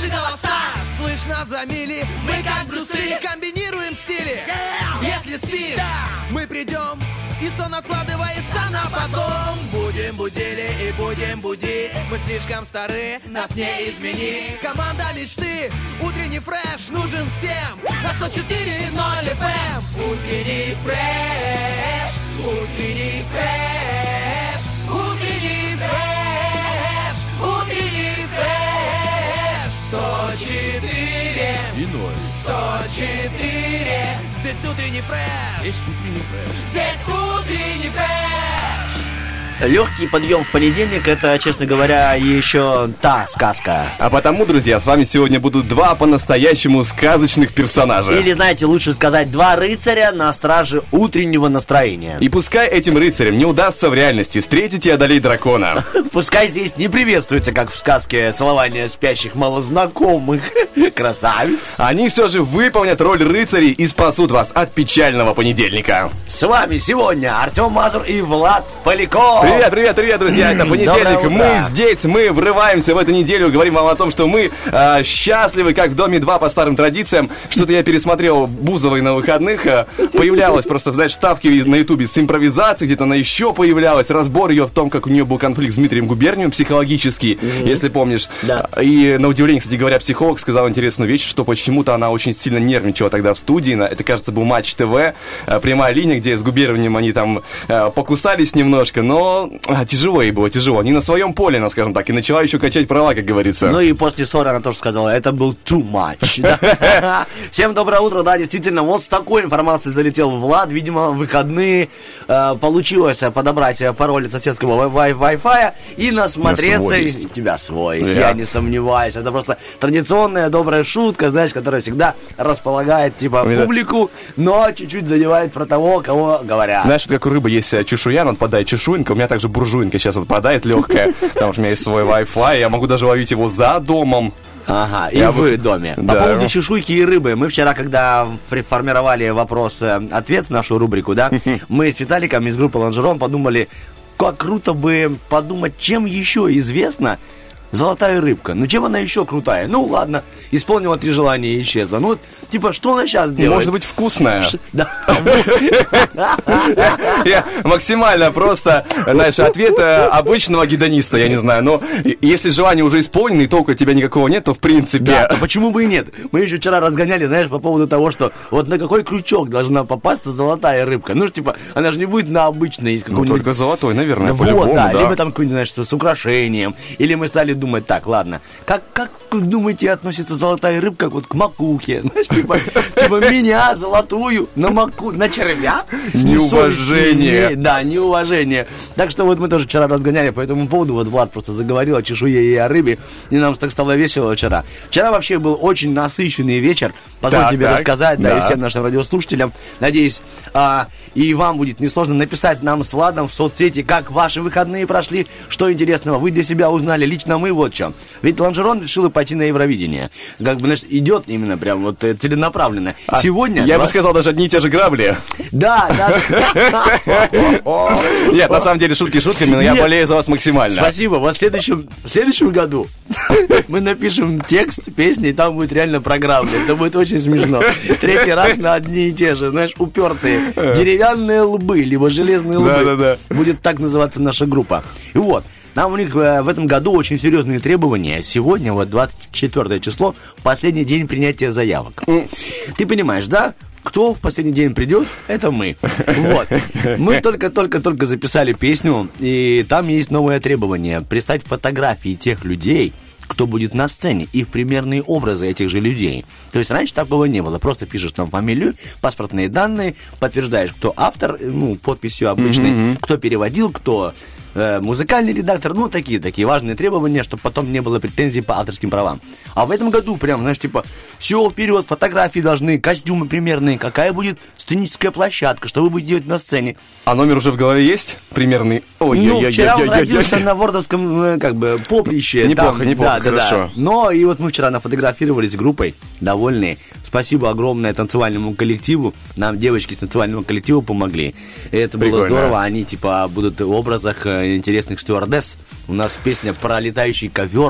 Наши голоса слышно за мили. Мы как Брюсы комбинируем стили. Если спишь, мы придем, и сон откладывается на потом. Будем будили и будем будить. Мы слишком стары, нас не изменить. Команда мечты, утренний фреш нужен всем. На 104.0 FM. Утренний фреш, утренний фреш, утренний фреш, утренний фреш. 104 и 0. 104. Здесь утренний фреш. Здесь утренний фреш. Здесь утренний фреш. Легкий подъем в понедельник — это, честно говоря, еще та сказка. А потому, друзья, с вами сегодня будут два по-настоящему сказочных персонажа. Или, знаете, лучше сказать, два рыцаря на страже утреннего настроения. И пускай этим рыцарям не удастся в реальности встретить и одолеть дракона. Пускай здесь не приветствуется, как в сказке, целование спящих малознакомых красавиц. Они все же выполнят роль рыцарей и спасут вас от печального понедельника. С вами сегодня Артем Мазур и Влад Поляков. Привет, друзья, это понедельник, мы здесь, мы врываемся в эту неделю, говорим вам о том, что мы счастливы, как в Доме 2 по старым традициям. Что-то я пересмотрел Бузовой на выходных, появлялась просто, знаешь, ставки на ютубе с импровизацией, где-то она еще появлялась, разбор ее в том, как у нее был конфликт с Дмитрием Губерниевым, психологический, если помнишь. Да. И на удивление, кстати говоря, психолог сказал интересную вещь, что почему-то она очень сильно нервничала тогда в студии, это, кажется, был Матч ТВ, прямая линия, где с Губерниевым они там покусались немножко, но тяжело ей было, тяжело. Не на своем поле, она, скажем так, и начала еще качать права, как говорится. Ну и после ссоры она тоже сказала, это был too much. Да? Всем доброе утро, да, действительно, вот с такой информацией залетел Влад, видимо, в выходные получилось подобрать пароль от соседского Wi-Fi и насмотреться. И тебя свой, я не сомневаюсь. Это просто традиционная добрая шутка, знаешь, которая всегда располагает, типа, публику, но чуть-чуть задевает про того, кого говорят. Знаешь, как у рыбы есть чешуя, она отпадает чешуйнка, у меня также буржуйка сейчас отпадает легкая, потому что у меня есть свой Wi-Fi, я могу даже ловить его за домом. Ага, и в доме. Да. По поводу чешуйки и рыбы. Мы вчера, когда формировали вопрос-ответ в нашу рубрику, да, мы с Виталиком из группы Лонжерон подумали, как круто бы подумать, чем еще известна золотая рыбка. Ну, чем она еще крутая? Ну, ладно, исполнила 3 желания и исчезла. Ну, типа, что она сейчас делает? Может быть, вкусная. Да. Я максимально просто, знаешь, ответ обычного гедониста, я не знаю. Но если желание уже исполнено и толку от тебя никакого нет, то в принципе... Да, а почему бы и нет? Мы еще вчера разгоняли, знаешь, по поводу того, что вот на какой крючок должна попасться золотая рыбка. Ну, типа, она же не будет на обычной из какого-нибудь... Ну, только золотой, наверное, по-любому, да. Либо там какой-нибудь, знаешь, с украшением. Или мы стали думать, так, ладно, как думаете, относится золотая рыбка вот к макухе? Знаешь, типа меня, золотую, на червя? Неуважение. Да, неуважение. Так что вот мы тоже вчера разгоняли по этому поводу. Вот Влад просто заговорил о чешуе и о рыбе, и нам так стало весело вчера. Вчера вообще был очень насыщенный вечер. Позволь тебе рассказать, да, и всем нашим радиослушателям. Надеюсь, и вам будет несложно написать нам с Владом в соцсети, как ваши выходные прошли, что интересного вы для себя узнали. Лично мы вот что. Ведь Лонжерон решила пойти на Евровидение. Как бы, знаешь, идет именно прям вот целенаправленно. Сегодня... Я бы сказал, даже одни и те же грабли. Да. Нет, на самом деле, шутки шутками, но я болею за вас максимально. Спасибо. Вот в следующем году мы напишем текст песни, и там будет реально про грабли. Это будет очень смешно. 3-й раз на одни и те же, знаешь, упертые. Деревянные лбы, либо железные лбы. Да. Будет так называться наша группа. И вот. Нам у них в этом году очень серьезные требования. Сегодня, вот 24 число, последний день принятия заявок. Ты понимаешь, да? Кто в последний день придет, это мы. Вот. Мы только записали песню, и там есть новое требование. Прислать фотографии тех людей, кто будет на сцене, их примерные образы этих же людей. То есть раньше такого не было. Просто пишешь там фамилию, паспортные данные, подтверждаешь, кто автор, ну, подписью обычной, кто переводил, кто музыкальный редактор, ну, такие важные требования, чтобы потом не было претензий по авторским правам. А в этом году прям, знаешь, типа, все вперед, фотографии должны, костюмы примерные, какая будет сценическая площадка, что вы будете делать на сцене. А номер уже в голове есть? Примерный? Вчера он родился на Вордовском, как бы, поприще. Неплохо, хорошо. Да. Но и вот мы вчера нафотографировались с группой, довольные. Спасибо огромное танцевальному коллективу. Нам девочки с танцевального коллектива помогли. И это было здорово. Они, типа, будут в образах интересных стюардесс. У нас песня про летающий ковер.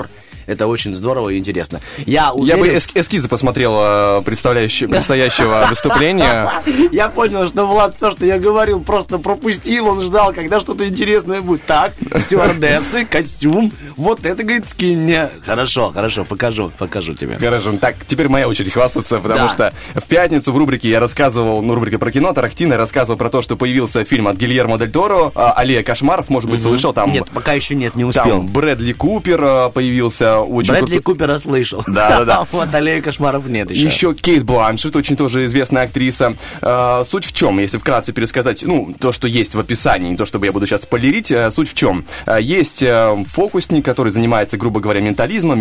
Это очень здорово и интересно. Я бы эскизы посмотрел предстоящего выступления. Я понял, что Влад то, что я говорил, просто пропустил. Он ждал, когда что-то интересное будет. Так, стюардессы, костюм. Вот это, говорит, скинь мне. Хорошо, покажу тебе. Хорошо, так, теперь моя очередь хвастаться, потому что в пятницу в рубрике я рассказывал, рубрика про кино, Тарантино, рассказывал про то, что появился фильм от Гильермо Дель Торо, «Аллея кошмаров», может быть, слышал там? Нет, пока еще нет, не успел. Там Брэдли Купер появился. Брэдли Купера слышал. Да. Вот «Аллея кошмаров» нет еще. Еще Кейт Бланшетт, очень тоже известная актриса. Суть в чем, если вкратце пересказать, то, что есть в описании, не то, чтобы я буду сейчас спойлерить, суть в чем. Есть фокусник, который занимается, грубо говоря, ментализмом,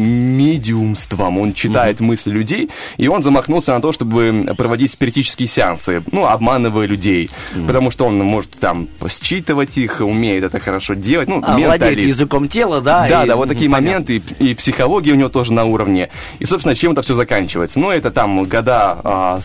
медиумством. Он читает мысли людей, и он замахнулся на то, чтобы проводить спиритические сеансы, обманывая людей, потому что он может там считывать их, умеет это хорошо делать, владеет языком тела, да? Да, вот такие моменты, и психология у него тоже на уровне. И, собственно, чем это все заканчивается? Это там года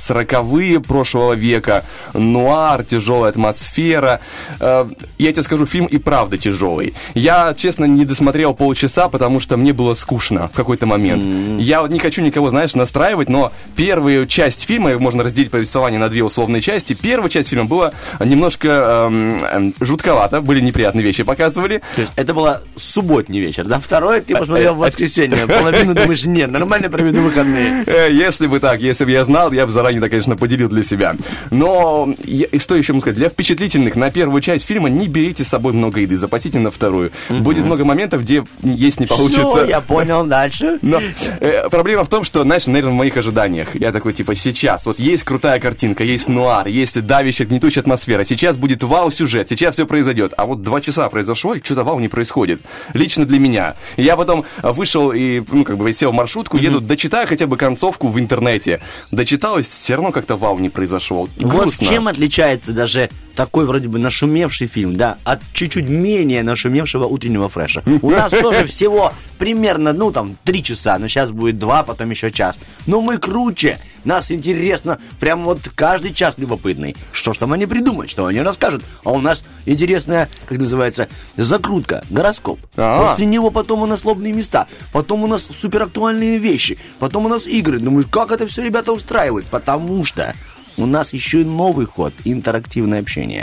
40-е прошлого века, нуар, тяжелая атмосфера. Я тебе скажу, фильм и правда тяжелый. Я, честно, не досмотрел полчаса, потому что мне было скучно в какой-то момент. Я не хочу никого, настраивать, но первую часть фильма, можно разделить повествование на две условные части. Первая часть фильма была немножко жутковато, были неприятные вещи, показывали. То есть это было субботний вечер, да? Второй ты посмотрел в воскресенье, половину думаешь, нет, нормально проведу выходные. Если бы так, если бы я знал, я бы заранее, конечно, поделил для себя. Но, что еще могу сказать, для впечатлительных на первую часть фильма не берите с собой много еды, запасите на вторую. Будет много моментов, где есть не получится. Все, я понял, дальше. Но проблема в том, что, наверное, в моих ожиданиях, я такой, сейчас, вот есть крутая картинка, есть нуар, есть давящая, гнетущая атмосфера, сейчас будет вау-сюжет, сейчас все произойдет, а вот 2 часа произошло, и что-то вау не происходит. Лично для меня. Я потом вышел и, сел в маршрутку, еду, дочитаю хотя бы концовку в интернете. Дочиталось, все равно как-то вау не произошло. Грустно. Вот чем отличается даже такой вроде бы нашумевший фильм, да, от чуть-чуть менее нашумевшего утреннего фреша. У нас тоже всего примерно, 3 часа, но сейчас будет 2, потом еще час. Но мы круче, нас интересно, прям вот каждый час любопытный. Что ж там они придумают, что они расскажут. А у нас интересная, как называется, закрутка, гороскоп. После него потом у нас лобные места, потом у нас суперактуальные вещи, потом у нас игры. Думаю, как это все ребята устраивают? Потому что у нас еще и новый ход, интерактивное общение.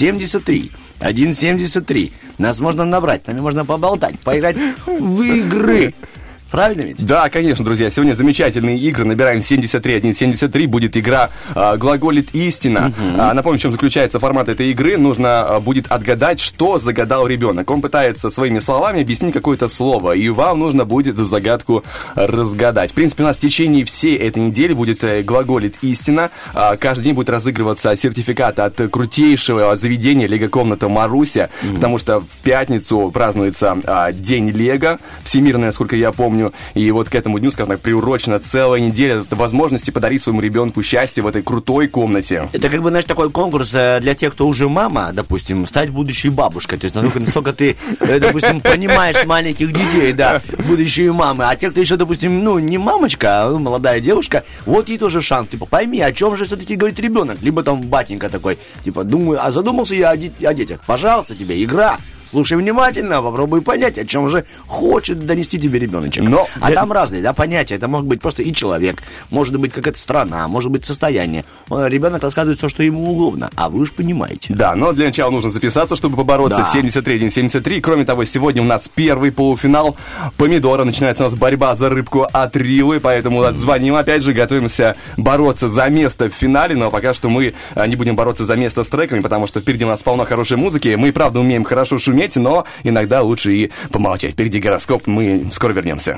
173. Нас можно набрать, нами можно поболтать, поиграть в игры. Правильно ведь? Да, конечно, друзья. Сегодня замечательные игры. Набираем 73. Будет игра «Глаголит истина». Напомню, в чем заключается формат этой игры. Нужно будет отгадать, что загадал ребенок. Он пытается своими словами объяснить какое-то слово, и вам нужно будет эту загадку разгадать. В принципе, у нас в течение всей этой недели будет «Глаголит истина». Каждый день будет разыгрываться сертификат от крутейшего заведения «Лего-комната Маруся», потому что в пятницу празднуется День Лего, всемирный, насколько я помню. И вот к этому дню, скажем так, приурочена целая неделя возможности подарить своему ребенку счастье в этой крутой комнате. Это такой конкурс для тех, кто уже мама, допустим, стать будущей бабушкой. То есть насколько ты, допустим, понимаешь маленьких детей, да, будущие мамы. А те, кто еще, допустим, не мамочка, а молодая девушка, вот ей тоже шанс. Пойми, о чем же все-таки говорит ребенок. Либо там батенька такой, думаю, а задумался я о детях. Пожалуйста, тебе игра. Слушай внимательно, попробуй понять, о чем же хочет донести тебе ребеночек. Там разные, понятия. Это может быть просто и человек, может быть какая-то страна, может быть состояние. Ребенок рассказывает все, что ему угодно, а вы уж понимаете. Да, но для начала нужно записаться, чтобы побороться. 73. Кроме того, сегодня у нас первый полуфинал помидора. Начинается у нас борьба за рыбку от Рилы, поэтому звоним опять же, готовимся бороться за место в финале, но пока что мы не будем бороться за место с треками, потому что впереди у нас полно хорошей музыки. Мы, правда, умеем хорошо шуметь, но иногда лучше и помолчать. Впереди гороскоп, мы скоро вернемся.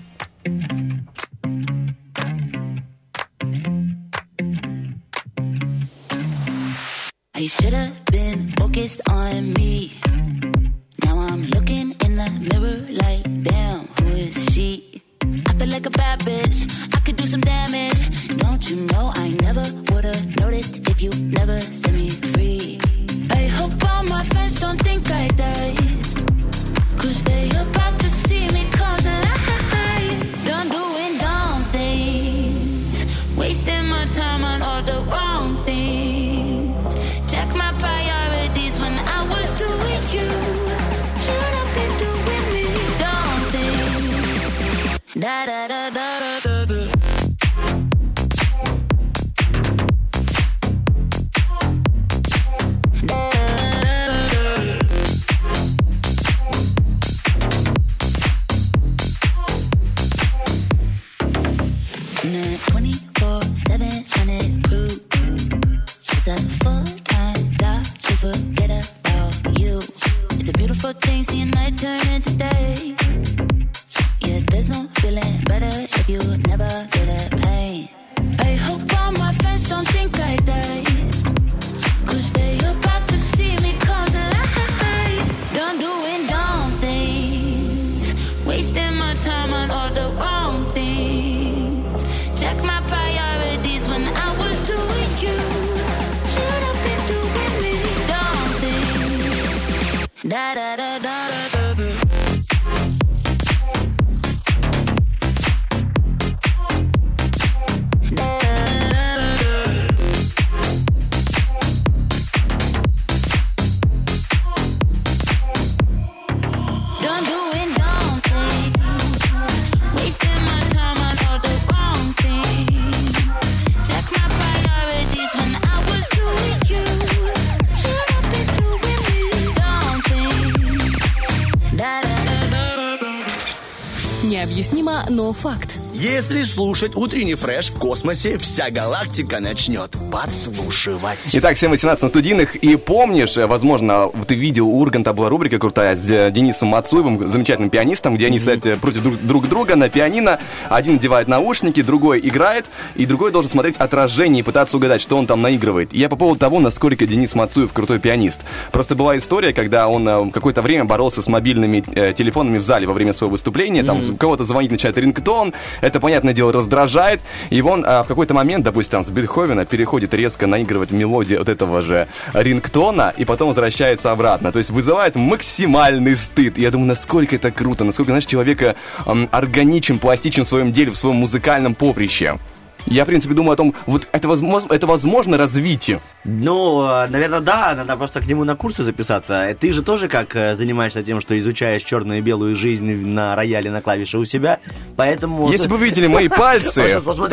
I should have been focused on me. Now I'm looking in the mirror like, damn, who is she? I feel like a bad bitch, I could do some damage. Don't you know I never would've noticed if you never set me free. I hope all my friends don't think I died, 'cause they about to see me come to life. Done doing dumb things, wasting my time on all the wrong things. Check my priorities when I was doing you. Should have been doing me. Dumb things, Da da da da da da. Things in your night turn into day. Yeah, there's no feeling better if you never feel that pain. I hope all my friends don't think I died, 'cause they about to see me come to life. Done doing dumb things, wasting my time on all the wrong things. Check my priorities when I was doing you. Should have been doing me dumb things. Da da da da da da. Необъяснимо, но факт. Если слушать утренний фреш в космосе, вся галактика начнет подслушивать. Итак, 7:18 на студийных. И помнишь, возможно, ты видел, у Урганта была рубрика крутая с Денисом Мацуевым, замечательным пианистом, где они стоят против друг друга на пианино. Один надевает наушники, другой играет, и другой должен смотреть отражение и пытаться угадать, что он там наигрывает. И я по поводу того, насколько Денис Мацуев крутой пианист. Просто была история, когда он какое-то время боролся с мобильными телефонами в зале во время своего выступления. Там у кого-то звонить начинает рингтон. Это, понятное дело, раздражает. И он в какой-то момент, допустим, там, с Бетховена переходит резко наигрывать мелодию вот этого же рингтона и потом возвращается обратно. То есть вызывает максимальный стыд. И я думаю, насколько это круто, насколько, знаешь, человек органичен, пластичен в своем деле, в своем музыкальном поприще. Я, в принципе, думаю о том, вот это возможно развитие. Ну, наверное, да, надо просто к нему на курсы записаться. Ты же тоже как занимаешься тем, что изучаешь черную и белую жизнь на рояле, на клавише у себя, поэтому... Если бы вы видели мои пальцы...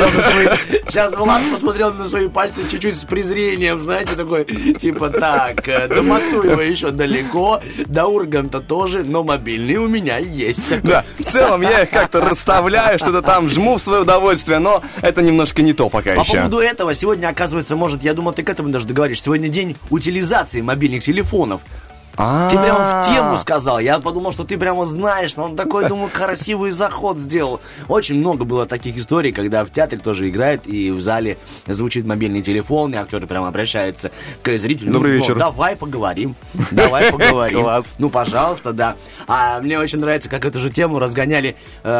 Сейчас Влад посмотрел на свои пальцы чуть-чуть с презрением, знаете, такой, типа, так, до Мацуева еще далеко, до Урганта тоже, но мобильный у меня есть. Да, в целом я их как-то расставляю, что-то там жму в свое удовольствие, но это немножко не то пока еще. По поводу этого, сегодня, оказывается, может, я думал, ты к этому даже договоришь, сегодня день утилизации мобильных телефонов. Ты прямо в тему сказал. Я подумал, что ты прямо знаешь. Но он такой, думаю, красивый заход сделал. Очень много было таких историй, когда в театре тоже играют, и в зале звучит мобильный телефон, и актеры прямо обращаются к зрителю. Добрый вечер. Давай поговорим. Давай поговорим. Класс. Ну, пожалуйста, да. А мне очень нравится, как эту же тему разгоняли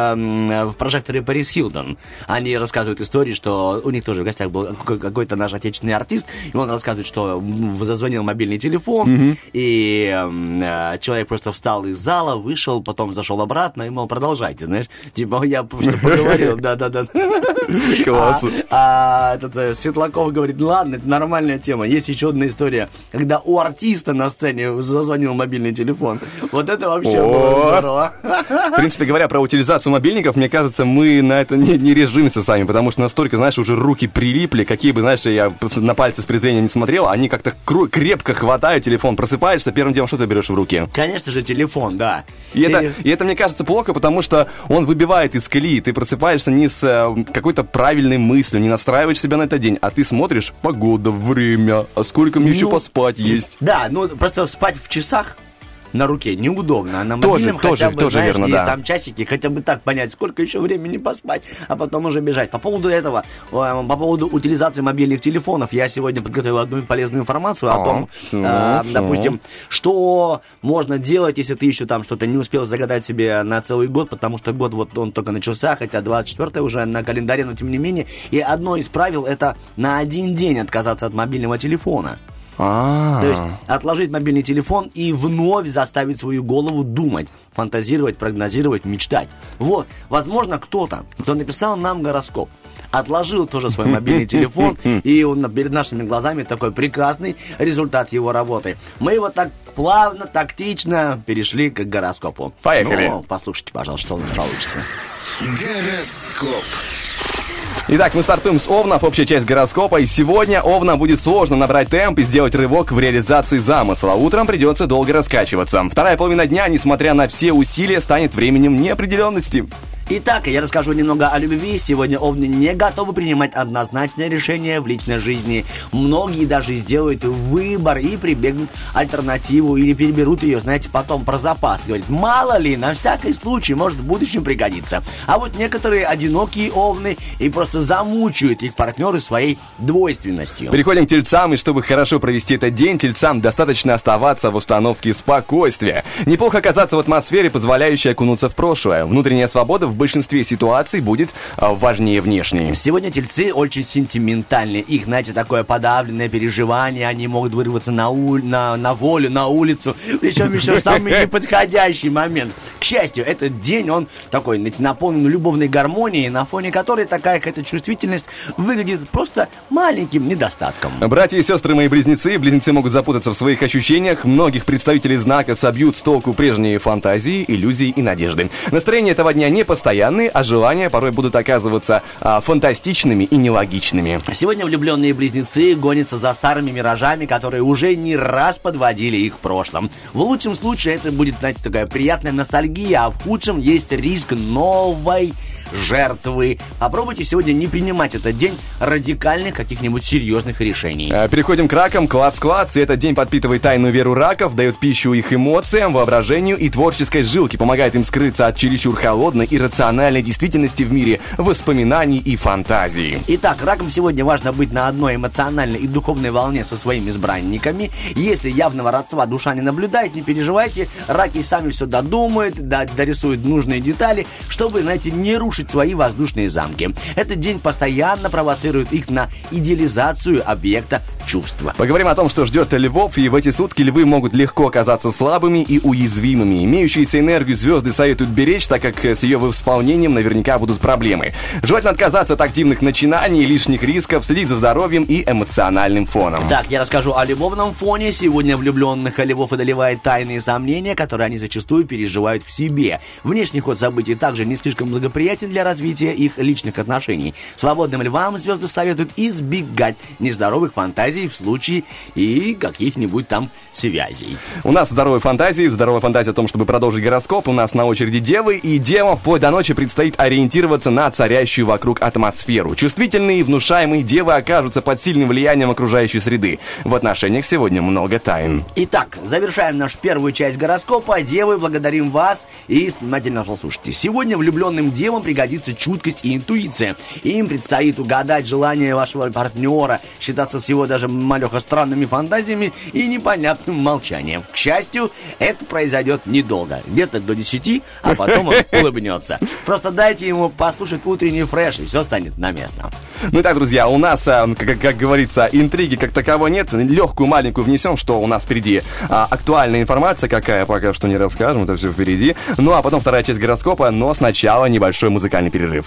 в прожекторе Пэрис Хилтон. Они рассказывают истории, что у них тоже в гостях был какой-то наш отечественный артист, и он рассказывает, что зазвонил мобильный телефон, и человек просто встал из зала, вышел, потом зашел обратно, и, мол, продолжайте, знаешь. Типа, я просто поговорил, да-да-да. Класс. Этот Светлаков говорит, ладно, это нормальная тема. Есть еще одна история, когда у артиста на сцене зазвонил мобильный телефон. Вот это вообще было здорово. В принципе, говоря про утилизацию мобильников, мне кажется, мы на это не решимся сами, потому что настолько, знаешь, уже руки прилипли, какие бы, знаешь, я на пальцы с презрением не смотрел, они как-то крепко хватают телефон, просыпаешься, первым делом что ты берешь в руки? Конечно же, телефон, да. И это, мне кажется, плохо, потому что он выбивает из колеи. Ты просыпаешься не с какой-то правильной мыслью, не настраиваешь себя на этот день, а ты смотришь, погода, время, а сколько мне еще поспать есть. Да, ну просто спать в часах на руке неудобно, а на мобильном хотя бы, тоже знаешь, верно, есть да. Там часики, хотя бы так понять, сколько еще времени поспать, а потом уже бежать. По поводу этого, по поводу утилизации мобильных телефонов, я сегодня подготовил одну полезную информацию о том, допустим, что можно делать, если ты еще там что-то не успел загадать себе на целый год, потому что год вот он только начался, хотя 24-й уже на календаре, но тем не менее. И одно из правил — это на один день отказаться от мобильного телефона. То есть отложить мобильный телефон и вновь заставить свою голову думать, фантазировать, прогнозировать, мечтать. Вот, возможно, кто-то, кто написал нам гороскоп, отложил тоже свой мобильный телефон, и он перед нашими глазами такой прекрасный результат его работы. Мы вот так плавно, тактично перешли к гороскопу. Поехали. Ну, послушайте, пожалуйста, что у нас получится. Гороскоп. Итак, мы стартуем с Овнов, общая часть гороскопа. И сегодня Овнам будет сложно набрать темп и сделать рывок в реализации замысла. Утром придется долго раскачиваться. Вторая половина дня, несмотря на все усилия, станет временем неопределенности. Итак, я расскажу немного о любви. Сегодня овны не готовы принимать однозначное решение в личной жизни. Многие даже сделают выбор и прибегнут альтернативу или переберут ее, знаете, потом про запас. Говорят, мало ли, на всякий случай, может в будущем пригодится. А вот некоторые одинокие овны и просто замучают их партнеры своей двойственностью. Переходим к тельцам, и чтобы хорошо провести этот день, тельцам достаточно оставаться в установке спокойствия. Неплохо оказаться в атмосфере, позволяющей окунуться в прошлое. Внутренняя свобода в большинстве ситуаций будет важнее внешней. Сегодня тельцы очень сентиментальны. Их, знаете, такое подавленное переживание. Они могут вырваться на волю, на улицу. Причем еще в самый неподходящий момент. К счастью, этот день, он такой, знаете, наполнен любовной гармонией, на фоне которой такая какая-то чувствительность выглядит просто маленьким недостатком. Братья и сестры мои близнецы могут запутаться в своих ощущениях. Многих представителей знака собьют с толку прежние фантазии, иллюзии и надежды. Настроение этого дня не постоянные, а желания порой будут оказываться фантастичными и нелогичными. Сегодня влюбленные близнецы гонятся за старыми миражами, которые уже не раз подводили их в прошлом. В лучшем случае это будет, знаете, такая приятная ностальгия, а в худшем есть риск новой жертвы. Попробуйте сегодня не принимать этот день радикальных каких-нибудь серьезных решений. Переходим к ракам. Клац-клац. И этот день подпитывает тайную веру раков, дает пищу их эмоциям, воображению и творческой жилке, помогает им скрыться от чересчур холодной и рациональной действительности в мире воспоминаний и фантазий. Итак, ракам сегодня важно быть на одной эмоциональной и духовной волне со своими избранниками. Если явного родства душа не наблюдает, не переживайте, раки сами все додумают, дорисуют нужные детали, чтобы, знаете, не рушить свои воздушные замки. Этот день постоянно провоцирует их на идеализацию объекта чувства. Поговорим о том, что ждет львов, и в эти сутки львы могут легко оказаться слабыми и уязвимыми. Имеющуюся энергию звезды советуют беречь, так как с ее восполнением наверняка будут проблемы. Желательно отказаться от активных начинаний, лишних рисков, следить за здоровьем и эмоциональным фоном. Так, я расскажу о любовном фоне. Сегодня влюбленных львов одолевают тайные сомнения, которые они зачастую переживают в себе. Внешний ход событий также не слишком благоприятен для развития их личных отношений. Свободным львам звезды советуют избегать нездоровых фантазий в случае и каких-нибудь там связей. У нас здоровая фантазия о том, чтобы продолжить гороскоп. У нас на очереди девы, и девам вплоть до ночи предстоит ориентироваться на царящую вокруг атмосферу. Чувствительные и внушаемые девы окажутся под сильным влиянием окружающей среды. В отношениях сегодня много тайн. Итак, завершаем нашу первую часть гороскопа. Девы, благодарим вас и внимательно послушайте. Сегодня влюбленным девам пригодится чуткость и интуиция. Им предстоит угадать желания вашего партнера, считаться с его даже малеха странными фантазиями и непонятным молчанием. К счастью, это произойдет недолго, где-то до 10, а потом он улыбнется. Просто дайте ему послушать утренний фреш, и все станет на место. Ну и так, друзья, у нас, как говорится, интриги как таковой нет. Легкую маленькую внесем, что у нас впереди актуальная информация, какая пока что не расскажем, это все впереди. Ну а потом вторая часть гороскопа, но сначала небольшой музыкальный перерыв.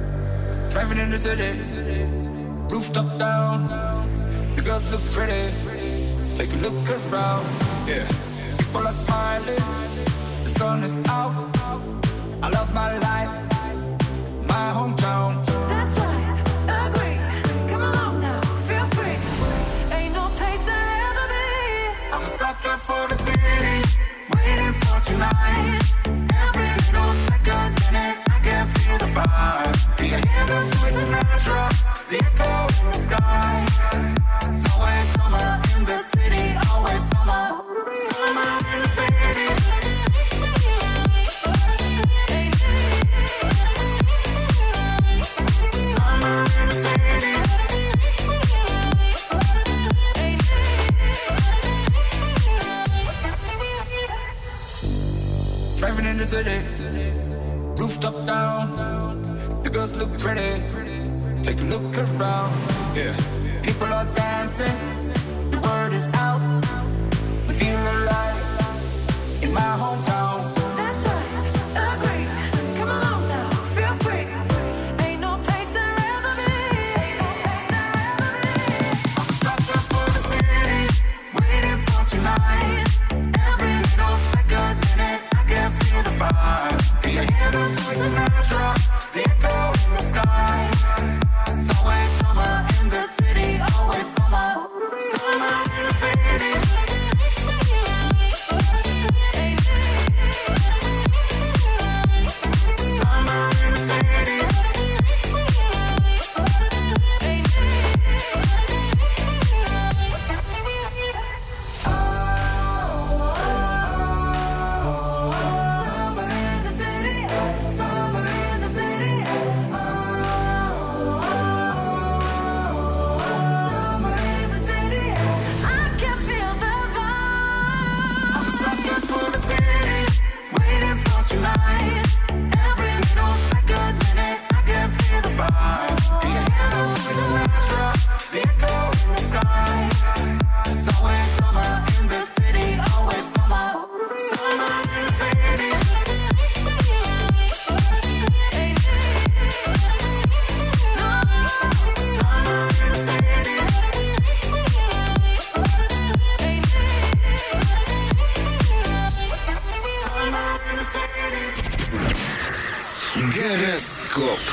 That's right, agree. Come along now, feel free. Ain't no place I'd rather be. I'm a sucker for the city, waiting for tonight. Every little second in it, I can feel the fire. Do you hear the voice in natural, the echo in the sky? It's always summer in the city, always summer. Summer in the city. Driving in the city, rooftop down. The girls look pretty. Take a look around. Yeah, people are dancing. The word is out. We feel alive in my hometown. That's right, agree. Come along now, feel free. Ain't no place I'd rather be. I'm a sucker for the city, waiting for tonight. Every little second minute, I can feel the fire. Can you hear the voice in natural? Гороскоп.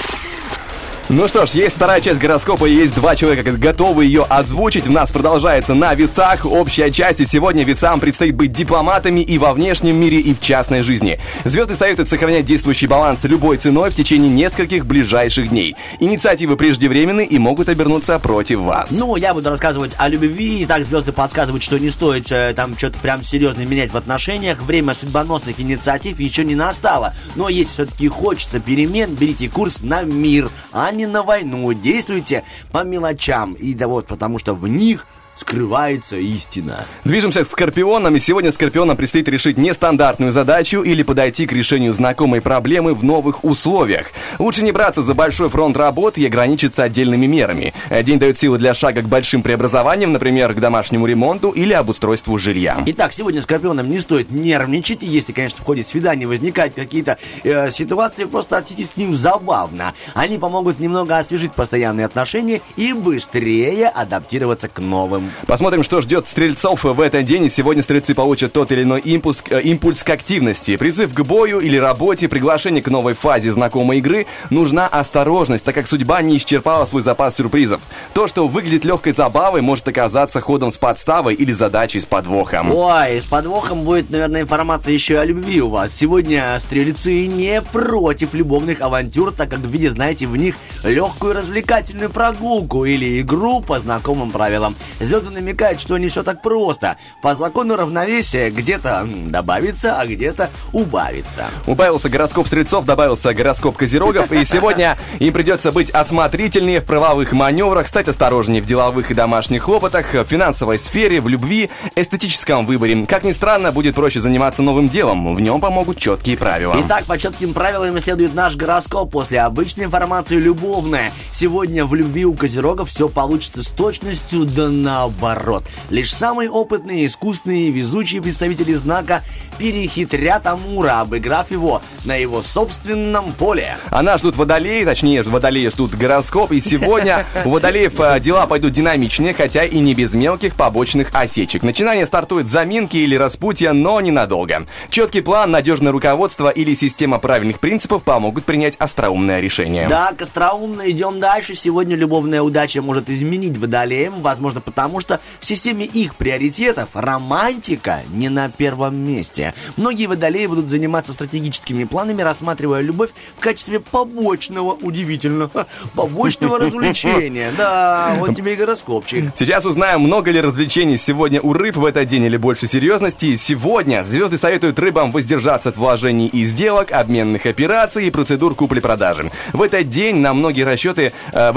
Ну что ж, есть вторая часть гороскопа, и есть два человека, готовы ее озвучить. У нас продолжается на весах общая часть, и сегодня весам предстоит быть дипломатами и во внешнем мире, и в частной жизни. Звезды советуют сохранять действующий баланс любой ценой в течение нескольких ближайших дней. Инициативы преждевременны и могут обернуться против вас. Ну, я буду рассказывать о любви, и так звезды подсказывают, что не стоит там что-то прям серьезно менять в отношениях. Время судьбоносных инициатив еще не настало, но если все-таки хочется перемен, берите курс на мир, а не на войну. Действуйте по мелочам, и да вот, потому что в них скрывается истина. Движемся к Скорпионам, и сегодня Скорпионам предстоит решить нестандартную задачу или подойти к решению знакомой проблемы в новых условиях. Лучше не браться за большой фронт работы и ограничиться отдельными мерами. День дает силы для шага к большим преобразованиям, например, к домашнему ремонту или обустройству жилья. Итак, сегодня Скорпионам не стоит нервничать, и если, конечно, в ходе свидания возникают какие-то ситуации, просто отнеситесь к ним забавно. Они помогут немного освежить постоянные отношения и быстрее адаптироваться к новым. Посмотрим, что ждет стрельцов в этот день. И сегодня стрельцы получат тот или иной импульс к активности. Призыв к бою или работе, приглашение к новой фазе знакомой игры. Нужна осторожность, так как судьба не исчерпала свой запас сюрпризов. То, что выглядит легкой забавой, может оказаться ходом с подставой или задачей с подвохом. Ой, с подвохом будет, наверное, информация еще и о любви у вас. Сегодня стрельцы не против любовных авантюр, так как видят, знаете, в них легкую развлекательную прогулку или игру по знакомым правилам. Звезды намекают, что не все так просто. По закону равновесия где-то добавится, а где-то убавится. Убавился гороскоп стрельцов, добавился гороскоп козерогов, и сегодня им придется быть осмотрительнее в правовых маневрах, стать осторожнее в деловых и домашних хлопотах, в финансовой сфере, в любви, эстетическом выборе. Как ни странно, будет проще заниматься новым делом, в нем помогут четкие правила. Итак, по четким правилам следует наш гороскоп. После обычной информации любовная. Сегодня в любви у козерогов все получится с точностью да наоборот. Лишь самые опытные, искусные и везучие представители знака перехитрят Амура, обыграв его на его собственном поле. А нас ждут водолеи, точнее, водолеи ждут гороскоп, и сегодня у водолеев дела пойдут динамичнее, хотя и не без мелких побочных осечек. Начинание стартует заминки или распутья, но ненадолго. Четкий план, надежное руководство или система правильных принципов помогут принять остроумное решение. Да, остроумно, идем дальше. Сегодня любовная удача может изменить водолеям, возможно, потому что в системе их приоритетов романтика не на первом месте. Многие водолеи будут заниматься стратегическими планами, рассматривая любовь в качестве побочного, удивительно, побочного развлечения. Да, вот тебе и гороскопчик. Сейчас узнаем, много ли развлечений сегодня у рыб в этот день или больше серьезности. Сегодня звезды советуют рыбам воздержаться от вложений и сделок, обменных операций и процедур купли-продажи. В этот день многие расчеты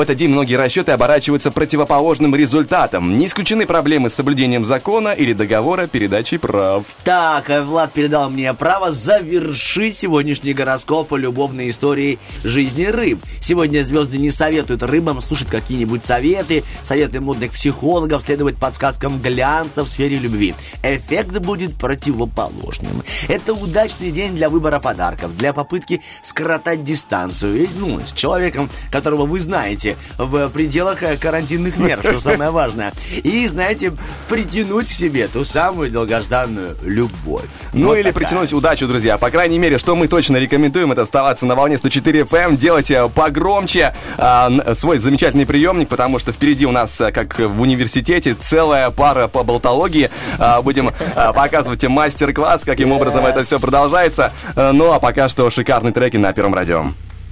оборачиваются противоположным результатом. Не исключены проблемы с соблюдением закона или договора передачи прав. Так, Влад передал мне право завершить сегодняшний гороскоп по любовной истории жизни рыб. Сегодня звезды не советуют рыбам слушать какие-нибудь советы модных психологов, следовать подсказкам глянца в сфере любви. Эффект будет противоположным. Это удачный день для выбора подарков, для попытки скоротать дистанцию, с человеком, которого вы знаете, в пределах карантинных мер, что самое важное. И, знаете, притянуть к себе ту самую долгожданную любовь. Ну вот или такая. притянуть удачу, друзья. По крайней мере, что мы точно рекомендуем, это оставаться на волне 104 FM, делать погромче свой замечательный приемник, потому что впереди у нас, как в университете, целая пара по болтологии. Будем показывать мастер-класс, каким образом это все продолжается. Ну а пока что шикарные треки на Первом радио.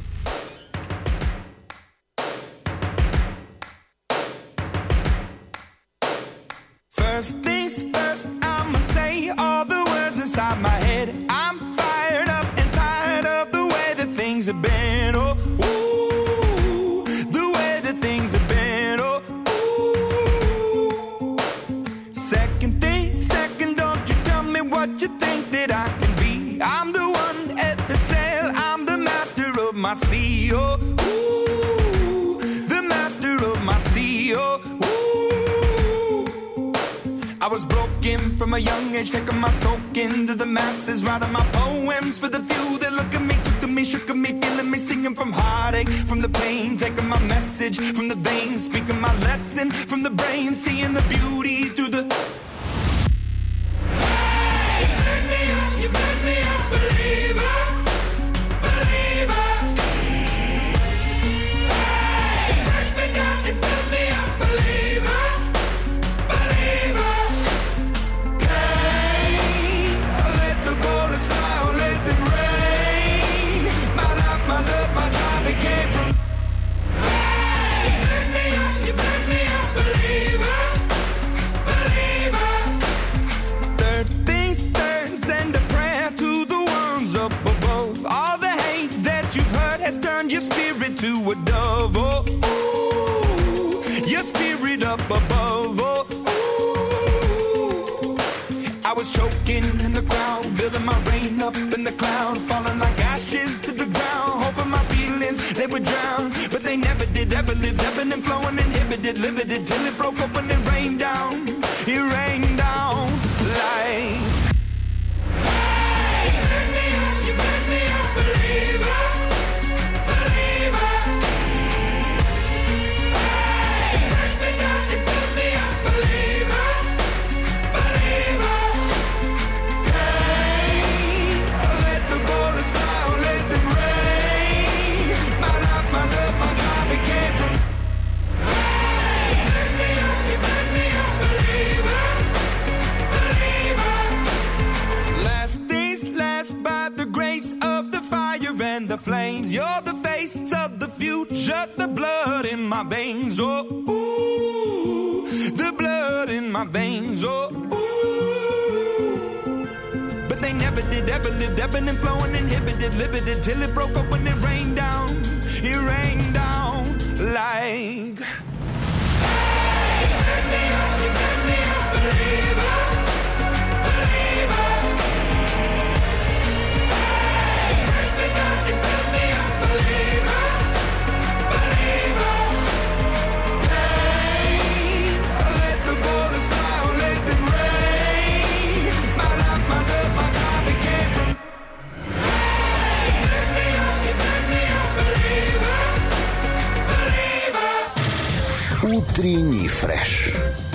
First things first, I'ma say all the words inside my head. I'm fired up and tired of the way that things have been. Oh, ooh, the way that things have been. Oh, ooh. Second thing, second, don't you tell me what you think that I can be. I'm the one at the sail, I'm the master of my sea. Oh, ooh, the master of my sea. Oh, ooh. I was broken from a young age, taking my soak into the masses, writing my poems for the few that look at me, took to me, shook at me, feeling me, singing from heartache, from the pain, taking my message from the veins, speaking my lesson from the brain, seeing the beauty through the... Hey, you burn me up, believer, believer. flames. You're the face of the future, the blood in my veins. Oh, ooh, the blood in my veins. Oh, ooh. But they never did ever live, ebbing and flowing, inhibited, limited, till it broke up when it rained down. It rained down like. Hey, turn me up, you turn me up, believer, believer. Hey, turn me up, you turn me up, believer, believer. Hey, let the bullets fly, let them rain. My life, my love, my God, it came from. Hey, turn me up, you turn me up, believer, believer. Утренний фреш.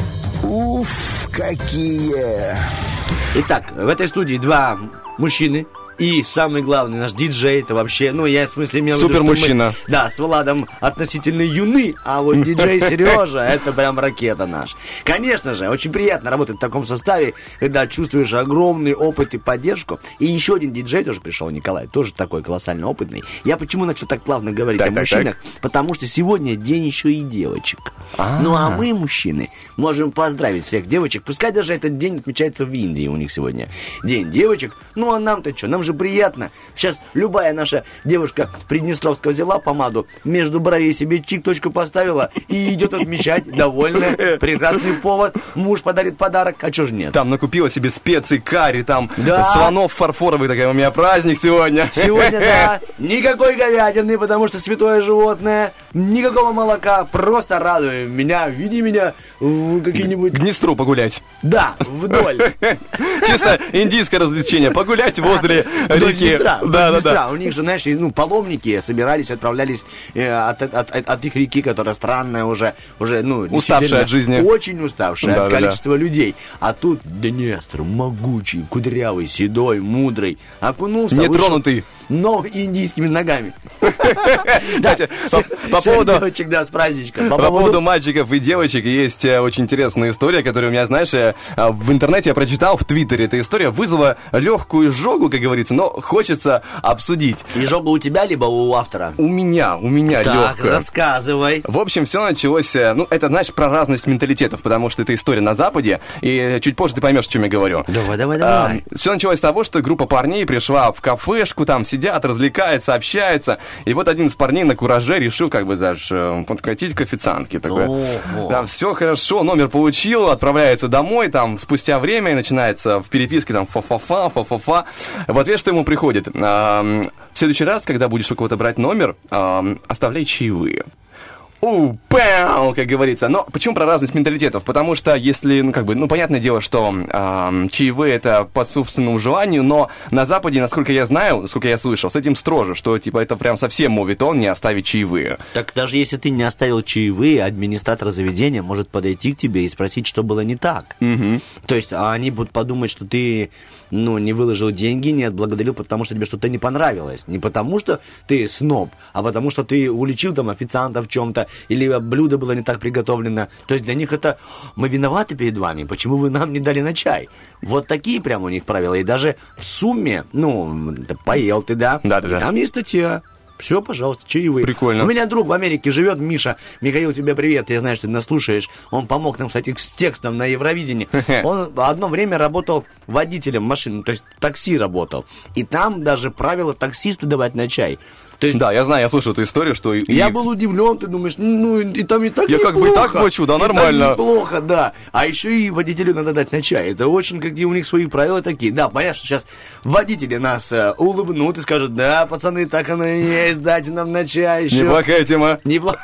Уф, какие! Итак, в этой студии два мужчины. И самый главный наш диджей, это вообще, ну, я в смысле имел в виду, что Супермужчина. мы, да, с Владом относительно юны, а вот диджей Сережа, это прям ракета наш. Конечно же, очень приятно работать в таком составе, когда чувствуешь огромный опыт и поддержку. И еще один диджей тоже пришел, Николай, тоже такой колоссально опытный. Я почему начал так плавно говорить о мужчинах? Потому что сегодня день еще и девочек. Ну, а мы, мужчины, можем поздравить всех девочек. Пускай даже этот день отмечается в Индии у них сегодня. День девочек. Ну, а нам-то что? Нам же приятно. Сейчас любая наша девушка Приднестровская взяла помаду, между бровей себе чик-точку поставила и идет отмечать, довольная. Прекрасный повод. Муж подарит подарок, а чё ж нет? Там накупила себе специй, карри, там Да. слонов фарфоровый, такой у меня праздник сегодня. Сегодня, да, никакой говядины, потому что святое животное, никакого молока, просто радуй меня, веди меня в какие-нибудь... К Днестру погулять. Да, вдоль. Чисто индийское развлечение. Погулять возле Вдоль реки. Днестра, вдоль Да. Днестра. У них же, знаешь, ну, паломники собирались, отправлялись от их реки, которая странная уже, ну, Уставшая действительно от жизни. Очень уставшая Да, от да, количества людей. А тут Днестр, могучий, кудрявый, седой, мудрый, окунулся, Нетронутый. но индийскими ногами. Кстати, по Всех поводу... девочек, да, с праздничком. По поводу мальчиков и девочек есть очень интересная история, которая у меня, знаешь, в интернете я прочитал, в Твиттере эта история вызвала легкую изжогу, как говорится, но хочется обсудить. Изжога у тебя, либо у автора? У меня Так, легкая. рассказывай. В общем, все началось, ну, это, знаешь, про разность менталитетов, потому что это история на Западе, и чуть позже ты поймешь, о чем я говорю. Давай. Все началось с того, что группа парней пришла в кафешку, там сидят, развлекаются, общаются, и вот один из парней на кураже решил, как бы, даже подкатить к официантке. Такой, там, все хорошо, номер получил, отправляется домой, там, спустя время, и начинается в переписке, там, фа-фа-фа. В ответ, что ему приходит? В следующий раз, когда будешь у кого-то брать номер, оставляй чаевые. Пау, как говорится. Но почему про разность менталитетов? Потому что если, ну, как бы, ну, понятное дело, что чаевые это по собственному желанию, но на Западе, насколько я знаю, насколько я слышал, с этим строже, что, типа, это прям совсем моветон не оставить чаевые. Так даже если ты не оставил чаевые, администратор заведения может подойти к тебе и спросить, что было не так. То есть они будут подумать, что ты, ну, не выложил деньги, не отблагодарил, потому что тебе что-то не понравилось. Не потому что ты сноб, а потому что ты уличил там официанта в чем-то, или блюдо было не так приготовлено. То есть для них это мы виноваты перед вами, почему вы нам не дали на чай? Вот такие прямо у них правила. И даже в сумме, ну, поел ты, да? Да. Там есть статья. Все, пожалуйста, чаевые. Прикольно. У меня друг в Америке живет, Миша. Михаил, тебе привет. Я знаю, что ты нас слушаешь. Он помог нам, кстати, с текстом на Евровидении. Он одно время работал водителем машин, то есть такси работал. И там даже правило таксисту давать на чай. То есть, Да, я знаю, я слышал эту историю, что... я был удивлен, ты думаешь, ну, и там и так Я как бы и так неплохо. плачу, да, И так нормально. неплохо, да. А еще и водителю надо дать на чай. Это очень, какие у них свои правила такие. Да, понятно, что сейчас водители нас улыбнут и скажут, да, пацаны, так оно и есть, дайте нам на чай еще. Неплохая тема.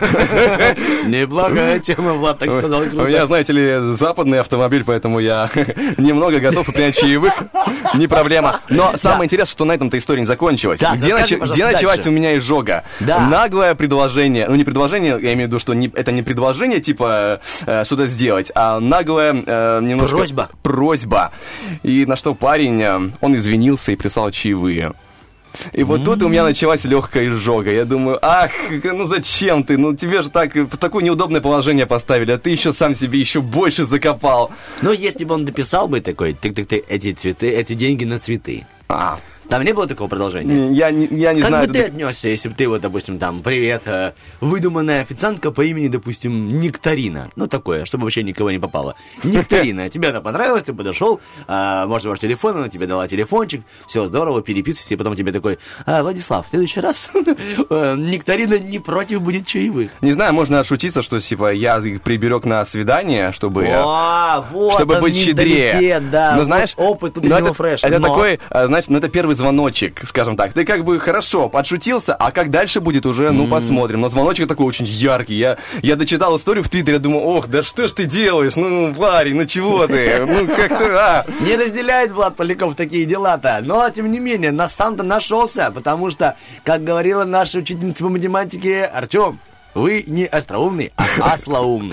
Неплохая тема, Влад так сказал. У меня, знаете ли, западный автомобиль, поэтому я немного готов принять чаевых. Не проблема. Но самое интересное, что на этом-то история не закончилась. Так, Где расскажи, пожалуйста, началась дальше. у меня изжога? Да. Наглое предложение. Ну, не предложение, я имею в виду, что это не предложение, типа, что-то сделать, а наглая немножко... Просьба. И на что парень, он извинился и прислал чаевые. И вот тут у меня началась легкая изжога. Я думаю, ах, ну зачем ты? Ну тебе же так, в такое неудобное положение поставили, а ты еще сам себе еще больше закопал. Но если бы он дописал бы такой, эти цветы, эти деньги на цветы. Там не было такого продолжения? Я не Как знаю. бы ты отнесся, если бы ты вот, допустим, там, привет, выдуманная официантка по имени, допустим, Нектарина. Ну, такое, чтобы вообще никого не попало. Нектарина, тебе она понравилась, ты подошел, может, ваш телефон, она тебе дала телефончик, все здорово, переписывайся, и потом тебе такой, Владислав, в следующий раз Нектарина не против будет чаевых. Не знаю, можно отшутиться, что, типа, я их приберег на свидание, чтобы вот он, быть щедрее. менталитет, да, Но знаешь, вот опыт утреннего фреша. это Но- такой, значит, это первый звоночек, скажем так. Ты как бы хорошо подшутился, а как дальше будет уже, посмотрим. Но звоночек такой очень яркий. Я дочитал историю в Твиттере, думаю, ох, да что ж ты делаешь? Ну, парень, ну чего ты? Ну, как-то, Не разделяет Влад Поляков такие дела-то, но, тем не менее, на самом-то нашелся, потому что, как говорила наша учительница по математике, Артем, вы не остроумный, а ослоумный.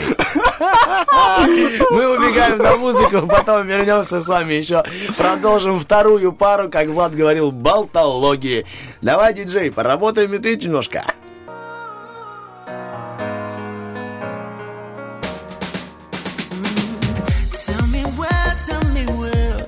Мы убегаем на музыку, потом вернемся с вами еще. Продолжим вторую пару, как Влад говорил, болтологии. Давай, диджей, поработаем и ты немножко. Tell me where,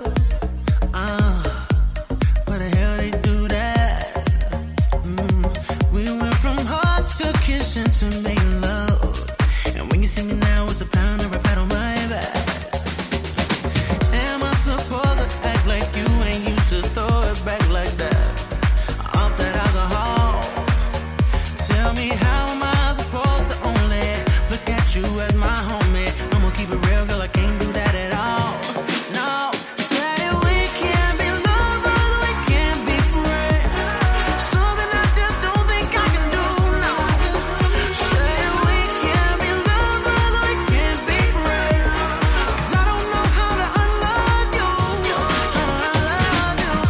where the hell they do that? We went from heart to kissing to making love, and when you see me now, it's a pound of a pat on my back. Am I supposed to act like you ain't used to throw it back like that? Off that alcohol. Tell me how am I supposed to only look at you as my homie? I'm gonna keep it real, girl, I can't do that at all. No, say we can't be lovers, we can't be friends. Something I just don't think I can do, no. Say we can't be lovers, we can't be friends. 'Cause I don't know how to unlove you, how to unlove you.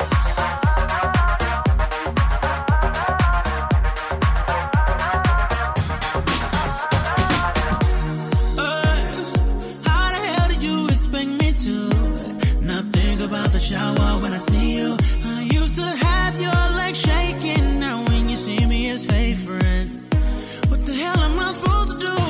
How the hell did you expect me to not think about the shower when I see you? I used to have your legs shaking. Now when you see me, it's hey friend. What the hell am I supposed to do?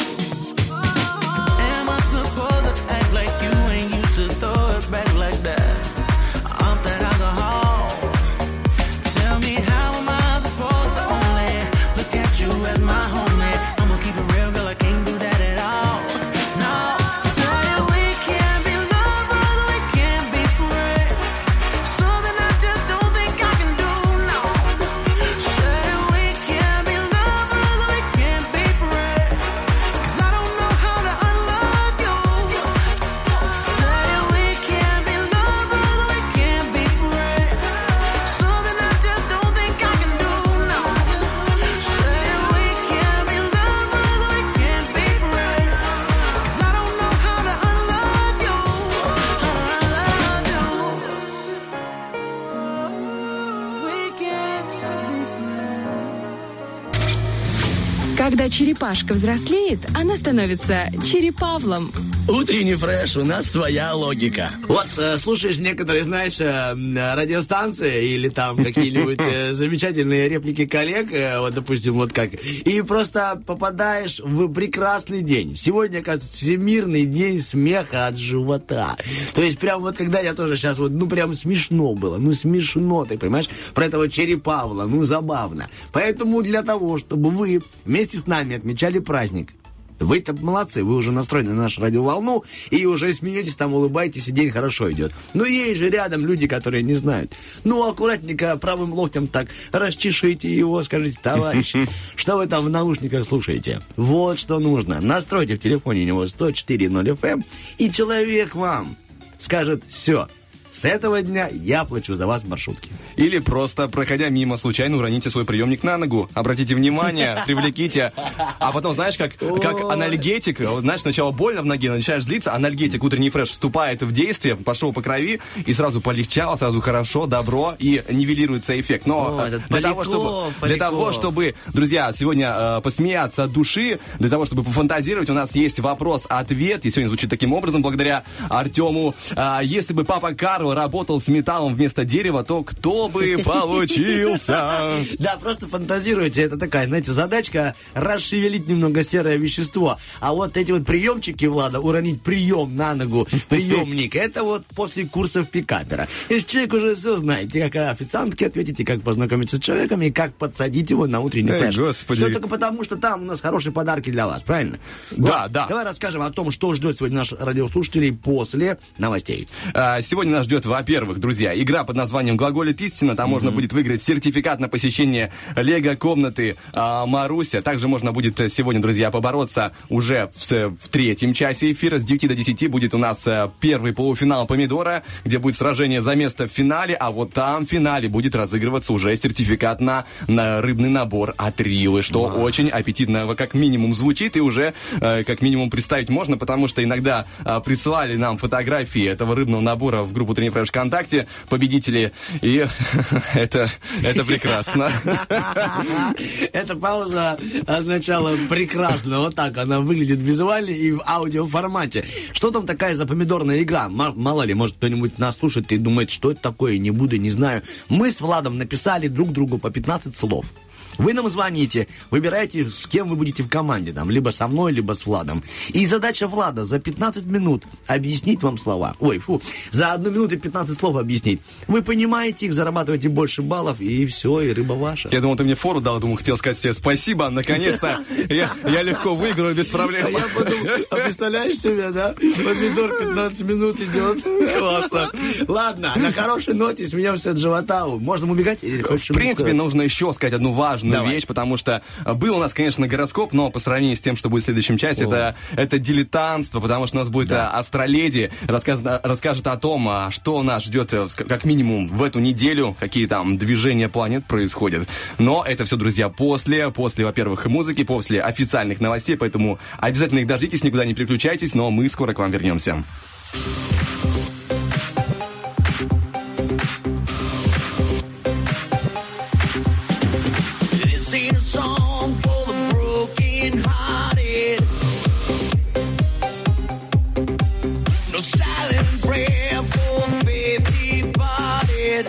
Am I supposed to act like you ain't used to throw it back like that? Off that alcohol. Tell me how am I supposed to only look at you as my homie? I'm gonna keep it real, girl, I can't do that at all. No, say we can't be lovers, we can't be friends. Something I just don't think I can do, no. Say we can't be lovers, we can't be friends. 'Cause I don't know how to unlove you. Say we can't be lovers, we can't be friends. Something I just don't think I can do, no. Say we can't be lovers, we can't be friends. 'Cause I don't know how to unlove you, how to unlove you. We can't be friends. Когда черепашка взрослеет, она становится черепавлом. Утренний фреш, у нас своя логика. Вот слушаешь некоторые, знаешь, радиостанции или там какие-нибудь замечательные реплики коллег, вот, допустим, вот как, и просто попадаешь в прекрасный день. Сегодня, оказывается, Всемирный день смеха от живота. То есть прям вот когда я тоже сейчас вот, ну прям смешно было, ну смешно, ты понимаешь, про этого черепавла, ну забавно. Поэтому для того, чтобы вы вместе с нами отмечали праздник, вы-то молодцы, вы уже настроены на нашу радиоволну и уже смеетесь, там улыбаетесь, и день хорошо идет. Но есть же рядом люди, которые не знают. Ну, аккуратненько правым локтем так расчешите его, скажите, товарищ, что вы там в наушниках слушаете? Вот что нужно. Настройте в телефоне у него 104.0 FM, и человек вам скажет, все, с этого дня я плачу за вас в маршрутке. Или просто, проходя мимо, случайно уроните свой приемник на ногу. Обратите внимание, привлеките. А потом, знаешь, как анальгетик, вот, знаешь, сначала больно в ноге, начинаешь злиться, анальгетик, утренний фреш, вступает в действие, пошел по крови, и сразу полегчало, сразу хорошо, добро, и нивелируется эффект. Но для того, чтобы, друзья, сегодня посмеяться от души, для того, чтобы пофантазировать, у нас есть вопрос-ответ, и сегодня звучит таким образом, благодаря Артему. Если бы папа Карл гитару, работал с металлом вместо дерева, то кто бы получился? Да, просто фантазируйте, это такая, знаете, задачка расшевелить немного серое вещество. А вот эти вот приемчики, Влада, уронить прием на ногу, приемник, это вот после курсов пикапера. Если человек уже все знаете, как официантке ответите, как познакомиться с человеком и как подсадить его на утренний фреш. Господи. Все только потому, что там у нас хорошие подарки для вас, правильно? Да, Вот. да. Давай расскажем о том, что ждет сегодня наших радиослушателей после новостей. Сегодня нас ждет, во-первых, друзья, игра под названием «Глаголит истина». Там можно будет выиграть сертификат на посещение Лего-комнаты Маруся. Также можно будет сегодня, друзья, побороться уже в третьем часе эфира. С 9 до 10 будет у нас первый полуфинал «Помидора», где будет сражение за место в финале. А вот там в финале будет разыгрываться уже сертификат на рыбный набор от Рилы, что очень аппетитно, как минимум, звучит. И уже как минимум представить можно, потому что иногда присылали нам фотографии этого рыбного набора в группу «Утренний фреш» ВКонтакте, победители, и это прекрасно. Эта пауза означала прекрасно. Вот так она выглядит визуально и в аудиоформате. Что там такая за помидорная игра? Мало ли, может, кто-нибудь нас слушает и думает, что это такое, не буду, не знаю. Мы с Владом написали друг другу по 15 слов. Вы нам звоните, выбираете, с кем вы будете в команде, там, либо со мной, либо с Владом. И задача Влада за 15 минут объяснить вам слова. За 1 минуту 15 слов объяснить. Вы понимаете их, зарабатываете больше баллов, и все, и рыба ваша. Я думал, ты мне фору дал, хотел сказать тебе спасибо, наконец-то я легко выиграю без проблем. Я подумал, представляешь себе, да? Помидор 15 минут идет. Классно. Ладно, на хорошей ноте смеемся от живота. Можно убегать? Или хочешь в принципе, сказать? нужно еще сказать одну важную вещь, потому что был у нас, конечно, гороскоп, но по сравнению с тем, что будет в следующем часе, это дилетантство, потому что у нас будет астроледи, расскажет о том, что нас ждет как минимум в эту неделю, какие там движения планет происходят. Но это все, друзья, после, во-первых, музыки, после официальных новостей, поэтому обязательно их дождитесь, никуда не переключайтесь, но мы скоро к вам вернемся. Sing a song for the broken-hearted. No silent prayer for faith departed.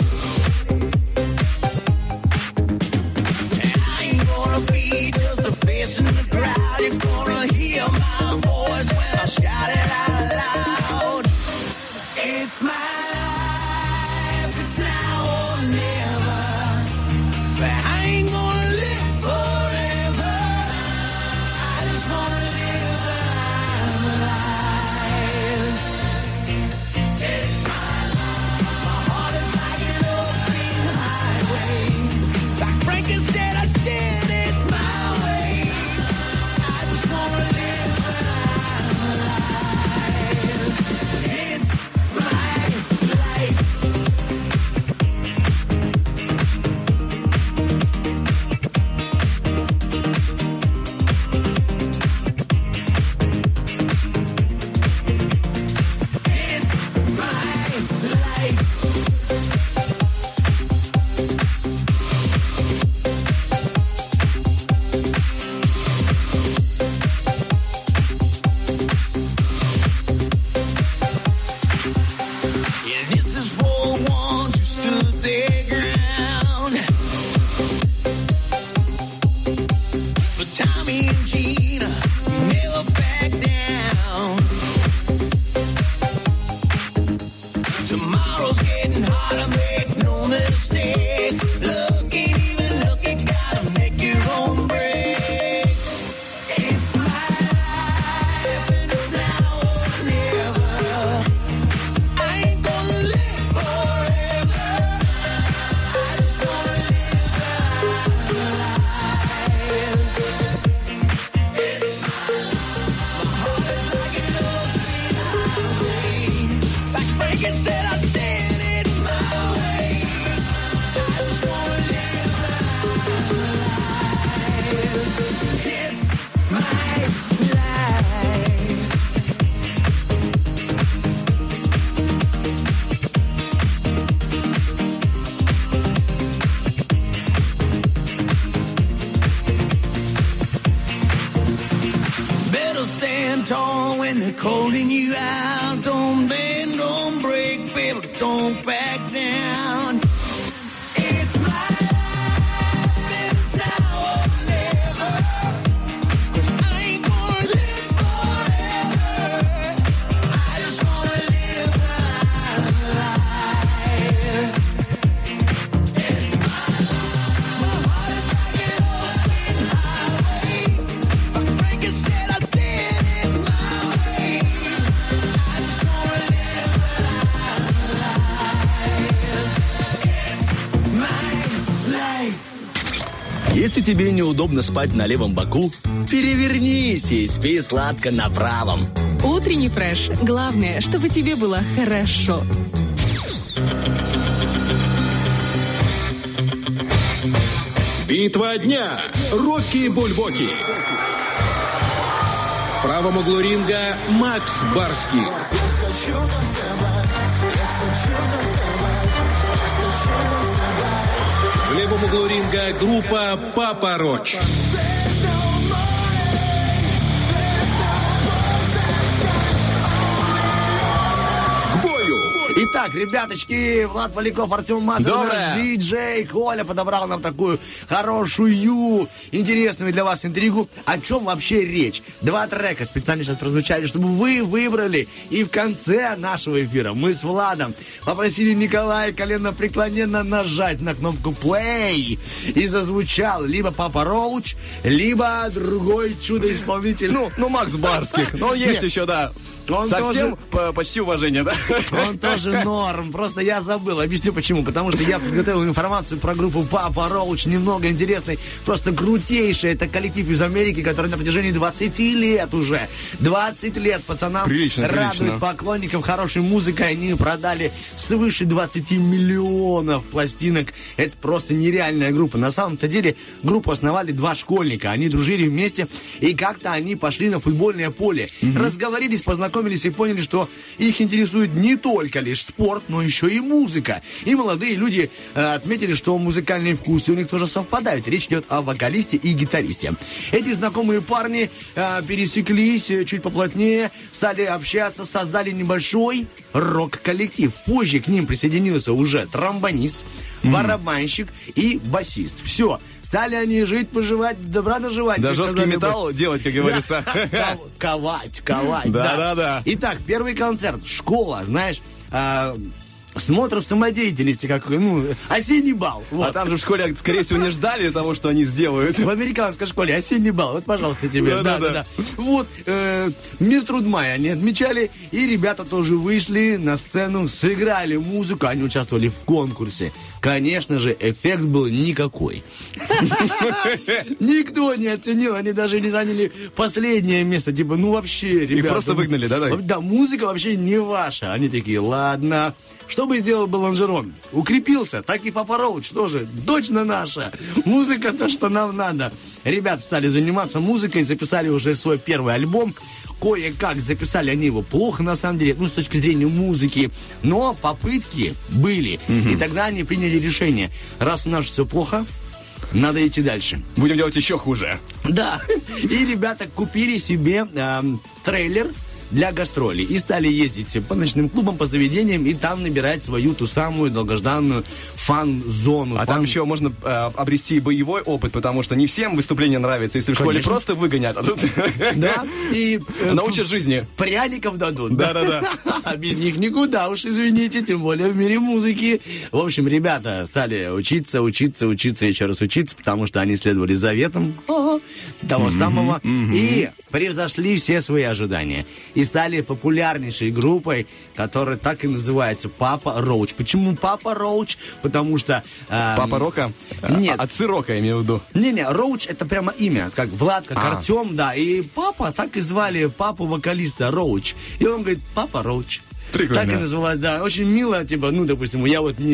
And I ain't gonna be just a face in the crowd. You're gonna hear my voice when I shout it out loud. It's my life, it's now or never. But I ain't gonna forever. I just wanna live alive. It's my life. My heart is like an open highway. Like Franklin said, I did it my way. I just wanna live alive. It's my life. Yeah, this is for the ones who stood their ground. For Tommy and Gina, who never back down. Tomorrow's getting harder, make no mistake. Look ain't even looking, gotta make your own breaks. It's my life and it's now or never. I ain't gonna live forever. I just wanna live alive. It's my life. My heart is like an open highway. Like Franklin said, I did it my way. I just wanna live alive. It's my life. Better stand tall when they're calling you out. Don't bend, don't break, baby, don't Если тебе неудобно спать на левом боку, перевернись и спи сладко на правом. Утренний фреш. Главное, чтобы тебе было хорошо. Битва дня. Рокки Бульбоки. В правом углу ринга Макс Барских. В левом углу ринга группа Папа Роч. К бою! Итак, ребяточки, Влад Поляков, Артем Мазуров, наш диджей Коля подобрал нам такую хорошую, интересную для вас интригу. О чем вообще речь? 2 трека специально сейчас прозвучали, чтобы вы выбрали. И в конце нашего эфира мы с Владом попросили Николая коленопреклоненно нажать на кнопку play. И зазвучал либо Папа Роуч, либо другой чудо-исполнитель. Ну, Макс Барских. Но есть еще, да. Он совсем почти уважение, да? Он тоже норм. Просто я забыл. Объясню почему. Потому что я подготовил информацию про группу Папа Роуч. Немного интересной. Просто крутейший. Это коллектив из Америки, который на протяжении 20 лет уже. 20 лет пацанам радует поклонников хорошей музыкой. Они продали свыше 20 миллионов пластинок. Это просто нереальная группа. На самом-то деле группу основали 2 школьника. Они дружили вместе. И как-то они пошли на футбольное поле. Разговорились, познакомились и поняли, что их интересует не только лишь спорт, но еще и музыка. И молодые люди отметили, что музыкальные вкусы у них тоже совпадают. Речь идет о вокалисте и гитаристе. Эти знакомые парни пересеклись чуть поплотнее, стали общаться, создали небольшой рок-коллектив. Позже к ним присоединился уже тромбонист, барабанщик и басист. Все. Стали они жить, поживать, добра наживать. Да, жесткий металл делать, как говорится. Ковать. Да. Итак, первый концерт. Школа, знаешь, смотр самодеятельности, как, осенний бал. Вот. А там же в школе, скорее всего, не ждали того, что они сделают. В американской школе осенний бал. Вот, пожалуйста, тебе. Да. Вот, мир Трудмая они отмечали, и ребята тоже вышли на сцену, сыграли музыку, они участвовали в конкурсе. Конечно же, эффект был никакой. Никто не оценил, они даже не заняли последнее место. Типа, вообще, ребята. Их просто выгнали, да? Да, музыка вообще не ваша. Они такие, ладно. Что бы сделал бы Лонжерон? Укрепился, так и Папа Роуч тоже. Точно наша. Музыка то, что нам надо. Ребят стали заниматься музыкой, записали уже свой первый альбом. Кое-как записали они его плохо, на самом деле, с точки зрения музыки. Но попытки были. И тогда они приняли решение. Раз у нас все плохо, надо идти дальше. Будем делать еще хуже. Да. И ребята купили себе трейлер для гастролей. И стали ездить по ночным клубам, по заведениям, и там набирать свою ту самую долгожданную фан-зону. А там еще можно обрести боевой опыт, потому что не всем выступление нравится, если в школе просто выгонят, а тут да, и научат жизни. Пряников дадут. Да. А без них никуда уж, извините, тем более в мире музыки. В общем, ребята стали учиться, еще раз учиться, потому что они следовали заветам того самого и превзошли все свои ожидания. И стали популярнейшей группой, которая так и называется Папа Роуч. Почему Папа Роуч? Потому что... Папа Рока? Нет. Отцы Рока, я имею в виду. Не, Роуч это прямо имя, как Влад, как Артем, да. И папа, так и звали папу вокалиста Роуч. И он говорит, Папа Роуч. Прикольно. Так и называлась, да. Очень мило, типа, допустим, я вот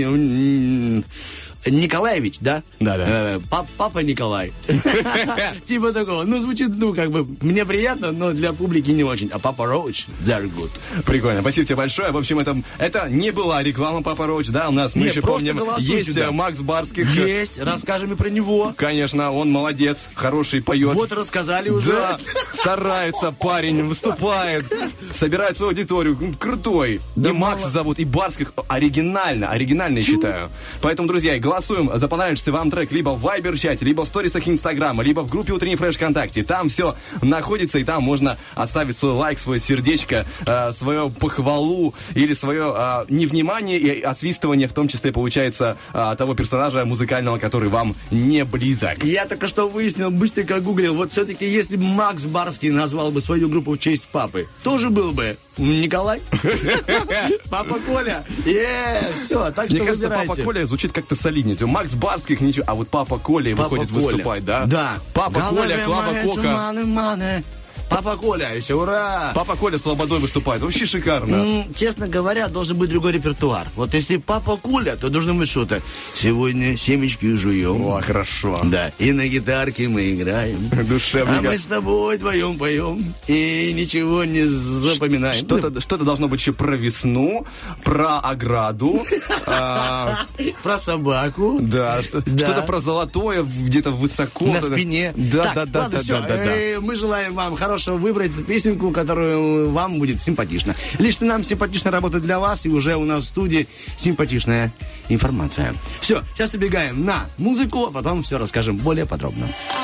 Николаевич, да? Да. Папа Николай. Типа такого. Звучит, мне приятно, но для публики не очень. А Папа Роуч, very good. Прикольно, спасибо тебе большое. В общем, это не была реклама Папа Роуч, да? У нас, мы еще помним, есть Макс Барских. Есть, расскажем и про него. Конечно, он молодец, хороший, поет. Вот рассказали уже. Да, старается парень, выступает, собирает свою аудиторию, крутой. Да и Макса зовут, и Барских оригинально, я считаю. Поэтому, друзья, голосуем за понравившийся вам трек либо в Viber-чате, либо в сторисах Инстаграма, либо в группе Утренний Фреш ВКонтакте. Там все находится, и там можно оставить свой лайк, свое сердечко, свою похвалу или свое невнимание и освистывание, в том числе, получается, того персонажа музыкального, который вам не близок. Я только что выяснил, быстренько гуглил, вот все-таки, если бы Макс Барский назвал бы свою группу в честь папы, тоже был бы Николай? Папа Коля? Все, так что мне кажется, выбирайте. Папа Коля звучит как-то солидно. солиднее. Макс Барских ничего, а вот Папа Коля выходит выступать, да? Да. Папа Коля, Клава Кока. Папа Коля, все, ура! Папа Коля с Лободой выступает. Вообще шикарно. Честно говоря, должен быть другой репертуар. Вот если Папа Коля, то должно быть что-то. Сегодня семечки жуем. О, хорошо. Да, и на гитарке мы играем. Душевненько. А мы с тобой вдвоем поем. И ничего не запоминаем. Что-то должно быть еще про весну, про ограду. Про собаку. Да, что-то про золотое где-то высоко. На спине. Да. Мы желаем вам хорошего выбрать песенку, которую вам будет симпатична. Лично нам симпатично работать для вас, и уже у нас в студии симпатичная информация. Все, сейчас убегаем на музыку, а потом все расскажем более подробно.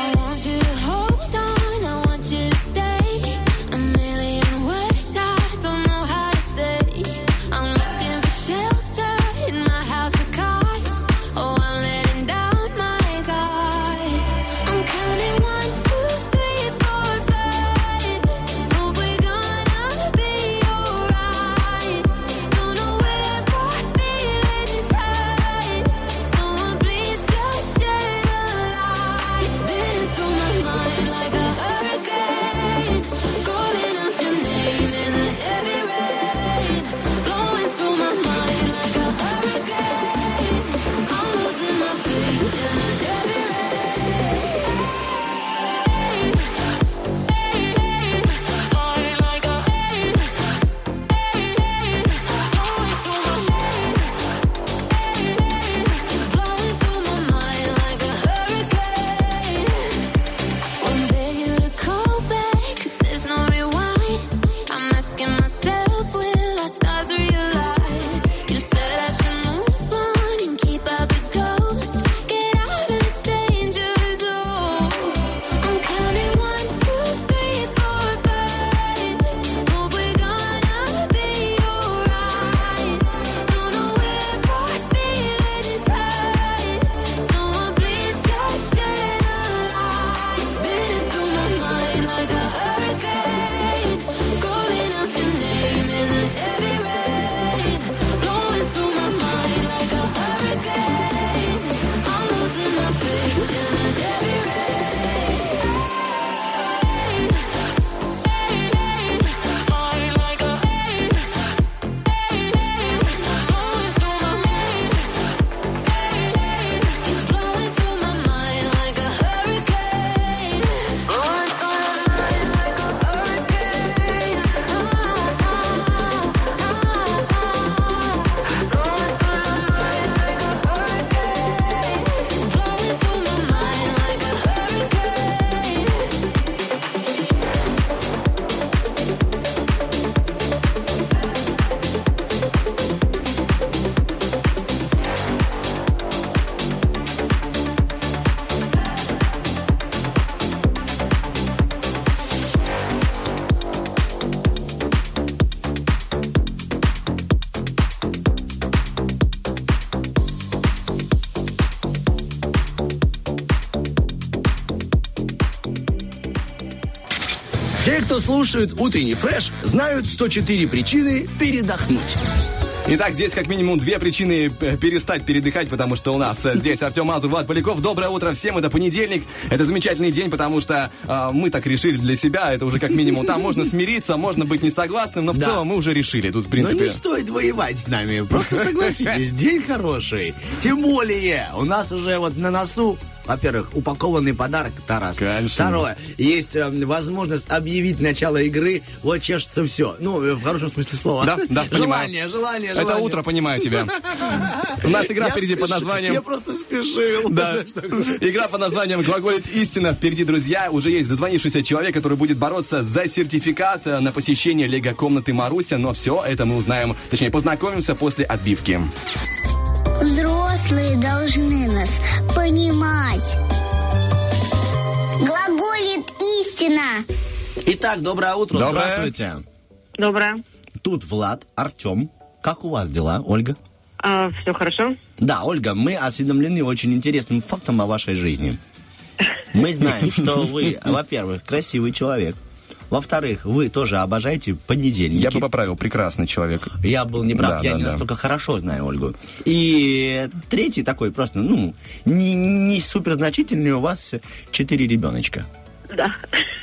Те, кто слушает утренний фреш, знают 104 причины передохнуть. Итак, здесь как минимум 2 причины перестать передыхать, потому что у нас здесь Артем Мазур, Влад Поляков. Доброе утро всем, это понедельник, это замечательный день, потому что мы так решили для себя, это уже как минимум, там можно смириться, можно быть несогласным, но в целом мы уже решили. Тут, в принципе... Но не стоит воевать с нами, просто согласитесь, день хороший. Тем более, у нас уже вот на носу, во-первых, упакованный подарок, Тарас. Конечно. Второе, есть возможность объявить начало игры, вот чешется все. Ну, в хорошем смысле слова. Да, желание. Это утро, понимаю тебя. У нас игра впереди под названием... Я просто спешил. Да. Игра под названием «Глаголит истина». Впереди, друзья, уже есть дозвонившийся человек, который будет бороться за сертификат на посещение лего-комнаты Маруся. Но все это мы узнаем, точнее, познакомимся после отбивки. Взрослые должны нас понимать. Глаголит истина. Итак, доброе утро. Доброе. Здравствуйте. Доброе. Тут Влад, Артем. Как у вас дела, Ольга? Все хорошо? Да, Ольга, мы осведомлены очень интересным фактом о вашей жизни. Мы знаем, что вы, во-первых, красивый человек. Во-вторых, вы тоже обожаете понедельники. Я бы поправил, прекрасный человек. Я был неправ, Да, я да, не да. настолько хорошо знаю Ольгу. И третий такой просто, не супер значительный, у вас 4 ребеночка. Да.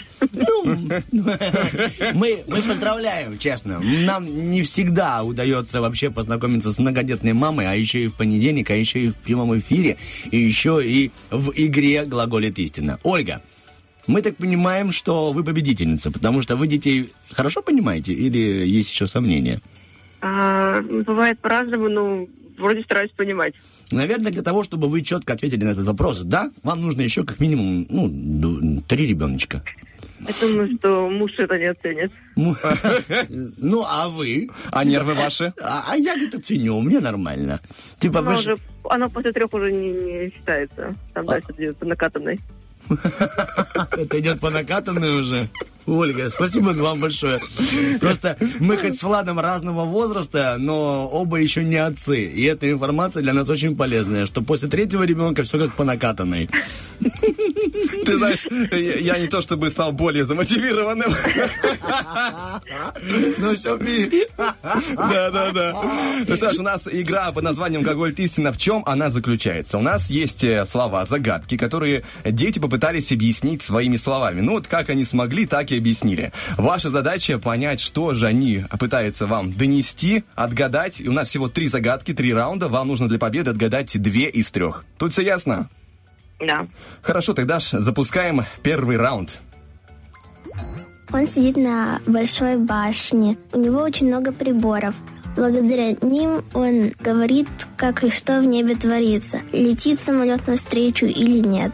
Мы поздравляем, честно. Нам не всегда удается вообще познакомиться с многодетной мамой, а еще и в понедельник, а еще и в прямом эфире, и еще и в игре «Глаголит истина». Ольга, мы так понимаем, что вы победительница, потому что вы детей хорошо понимаете или есть еще сомнения? Бывает по-разному, но вроде стараюсь понимать. Наверное, для того, чтобы вы четко ответили на этот вопрос, да, вам нужно еще как минимум 3 ребеночка. Я думаю, что муж это не оценит. Ну, а вы? А нервы ваши? А я где-то ценю, мне нормально. Типа, Она после 3 уже не считается. Там дальше идет по накатанной. Это идет по накатанной уже. Ольга, спасибо вам большое. Просто мы хоть с Владом разного возраста, но оба еще не отцы. И эта информация для нас очень полезная, что после 3-го ребенка все как по накатанной. Ты знаешь, я не то чтобы стал более замотивированным. Ну все, Да. Ну что ж, у нас игра под названием «Глаголит истина». В чем она заключается? У нас есть слова, загадки, которые дети попытались объяснить своими словами. Ну вот как они смогли, так и объяснили. Ваша задача понять, что же они пытаются вам донести, отгадать. И у нас всего 3 загадки, 3 раунда. Вам нужно для победы отгадать 2 из 3. Тут все ясно? Да. Хорошо, тогда ж запускаем первый раунд. Он сидит на большой башне. У него очень много приборов. Благодаря ним он говорит, как и что в небе творится. Летит самолет навстречу или нет.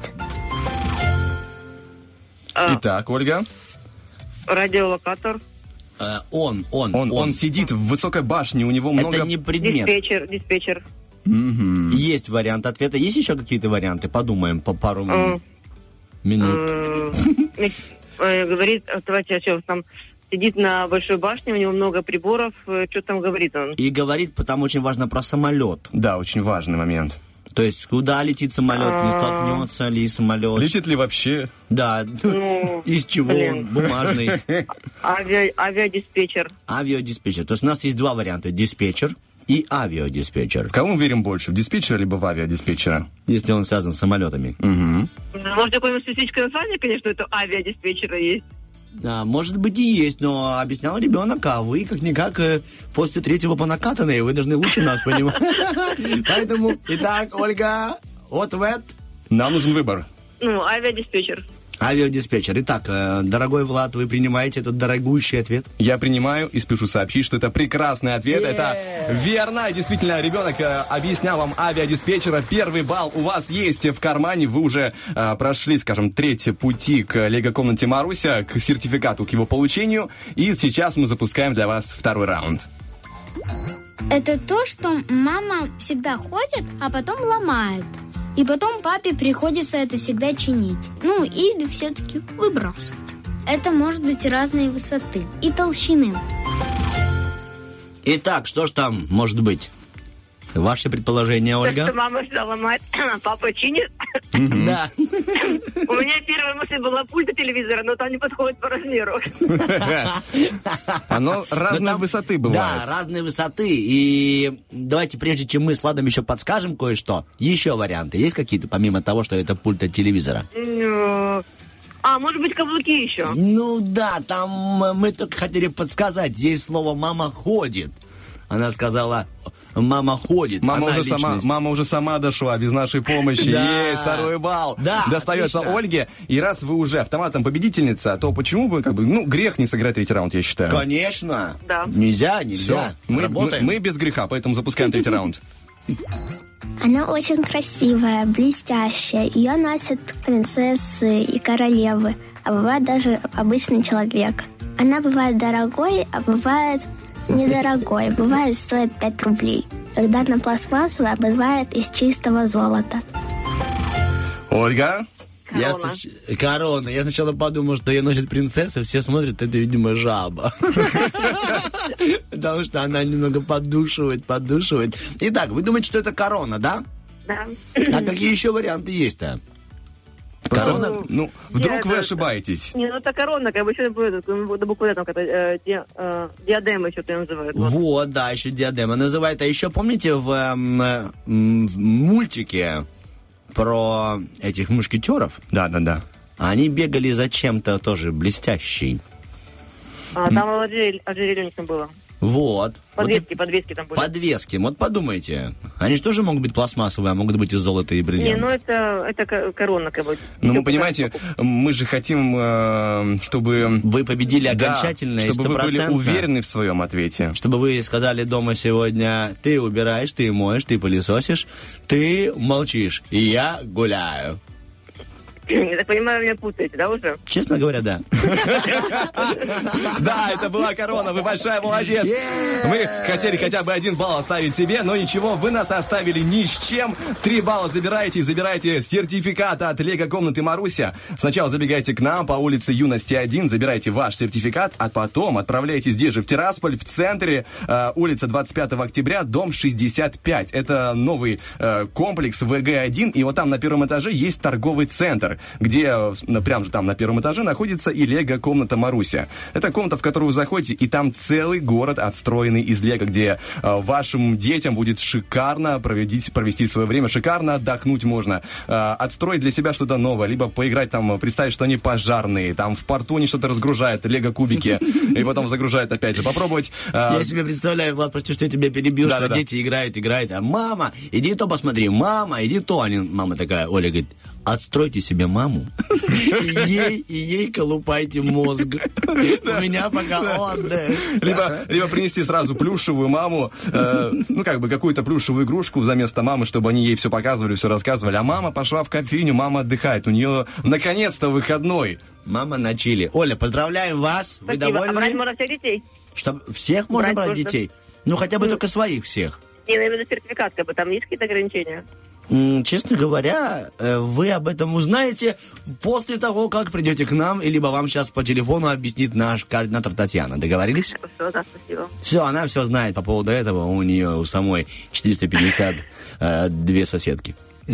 Итак, Ольга. Радиолокатор. Он сидит в высокой башне, у него много... Это не предмет. Диспетчер. Есть вариант ответа. Есть еще какие-то варианты? Подумаем по пару минут. Говорит, давайте, там сидит на большой башне, у него много приборов, что там говорит он? И говорит, потому очень важно про самолет. Да, очень важный момент. То есть, куда летит самолет, не столкнется ли самолет. Летит ли вообще? Да, из чего он, бумажный. Авиадиспетчер. Авиадиспетчер. То есть, у нас есть 2 варианта. Диспетчер и авиадиспетчер. В кого мы верим больше, в диспетчера либо в авиадиспетчера? Если он связан с самолетами. Может, какое-нибудь специфическое название, конечно, это авиадиспетчера есть. Может быть и есть, но объяснял ребенок, а вы как-никак после 3-го по накатанной, вы должны лучше нас понимать. Поэтому, итак, Ольга, ответ. Нам нужен выбор. Авиадиспетчер. Авиадиспетчер. Итак, дорогой Влад, вы принимаете этот дорогущий ответ? Я принимаю и спешу сообщить, что это прекрасный ответ. Это верно. Действительно, ребенок объяснял вам авиадиспетчера. 1 балл у вас есть в кармане. Вы уже прошли, скажем, 3 пути к лего-комнате Маруся, к сертификату, к его получению. И сейчас мы запускаем для вас 2 раунд. Это то, что мама всегда ходит, а потом ломает. И потом папе приходится это всегда чинить. Или все-таки выбрасывать. Это может быть разной высоты и толщины. Итак, что ж там может быть? Ваши предположения, Ольга? То, что мама всегда ломает, а папа чинит. Да. У меня первая мысль была пульт телевизора, но там не подходит по размеру. Оно разной высоты бывает. Да, разные высоты. И давайте, прежде чем мы с Владом еще подскажем кое-что, еще варианты есть какие-то, помимо того, что это пульт от телевизора? Может быть, каблуки еще? Да, там мы только хотели подсказать. Здесь слово «мама ходит». Она сказала, мама ходит. Мама уже сама дошла, без нашей помощи. Да. Есть 2 балл. Да, достается отлично. Ольге. И раз вы уже автоматом победительница, то почему бы, грех не сыграть 3-й раунд, я считаю. Конечно. Да. Нельзя. Всё, мы без греха, поэтому запускаем 3-й раунд. Она очень красивая, блестящая. Ее носят принцессы и королевы, а бывает даже обычный человек. Она бывает дорогой, а бывает недорогой. Бывает стоит 5 рублей. Когда она пластмассовая, бывает из чистого золота. Ольга? Корона. Я сначала подумал, что ее носит принцесса, все смотрят, это, видимо, жаба. Потому что она немного поддушивает. Итак, вы думаете, что это корона, да? Да. А какие еще варианты есть-то? Корона? Ну, вдруг Нет, вы это- ошибаетесь. Не, ну это корона, как бы еще до буквы там как-то диадема еще то называют. Вот. Вот, да, еще диадема называют. А еще помните в мультике про этих мушкетеров? Да. Они бегали за чем-то тоже блестящий. А там ожерелье у них там было. Вот. Подвески там были. Подвески. Вот подумайте. Они же тоже могут быть пластмассовые, а могут быть из золота и Не, бриллиантов. ну это корона, как бы. Ну, Всё вы понимаете, мы же хотим, чтобы... Вы победили Да, окончательно и чтобы вы были 100%. уверены в своем ответе. Чтобы вы сказали дома сегодня: ты убираешь, ты моешь, ты пылесосишь, ты молчишь, и я гуляю. Я так понимаю, вы меня путаете, да, уже? Честно говоря, да. Да, это была корона, вы большая молодец. Мы хотели хотя бы 1 балл оставить себе, но ничего, вы нас оставили ни с чем. 3 балла забираете и забираете сертификат от Лего-комнаты Маруся. Сначала забегайте к нам по улице Юности 1, забирайте ваш сертификат, а потом отправляйтесь здесь же в Тирасполь, в центре, улица 25 октября, дом 65. Это новый комплекс ВГ-1, и вот там на первом этаже есть торговый центр, где прям же там на первом этаже находится и Лего-комната Маруся. Это комната, в которую вы заходите, и там целый город, отстроенный из Лего, где вашим детям будет шикарно провести свое время, шикарно отдохнуть можно, отстроить для себя что-то новое, либо поиграть там, представить, что они пожарные, там в порту они что-то разгружают, Лего-кубики, и потом загружают опять же, попробовать. Я себе представляю, Влад, прости, что я тебя перебил, что дети играют, а мама, иди то посмотри, мама, иди то. Мама такая, Оля говорит: отстройте себе маму и ей колупайте мозг. У меня пока отдых. Либо принести сразу плюшевую маму, ну, как бы какую-то плюшевую игрушку вместо мамы, чтобы они ей все показывали, все рассказывали. А мама пошла в кофейню, мама отдыхает. У нее наконец-то выходной. Мама на чили. Оля, поздравляем вас. Вы Спасибо. довольны? А брать можно всех детей? Что, всех можно брать можно. детей? Ну, хотя бы только своих всех. Не, я имею в виду сертификат, как бы там есть какие-то ограничения? Честно говоря, вы об этом узнаете после того, как придете к нам, либо вам сейчас по телефону объяснит наш координатор Татьяна. Договорились? Все, да, спасибо. Все, она все знает по поводу этого. У нее у самой 452 соседки.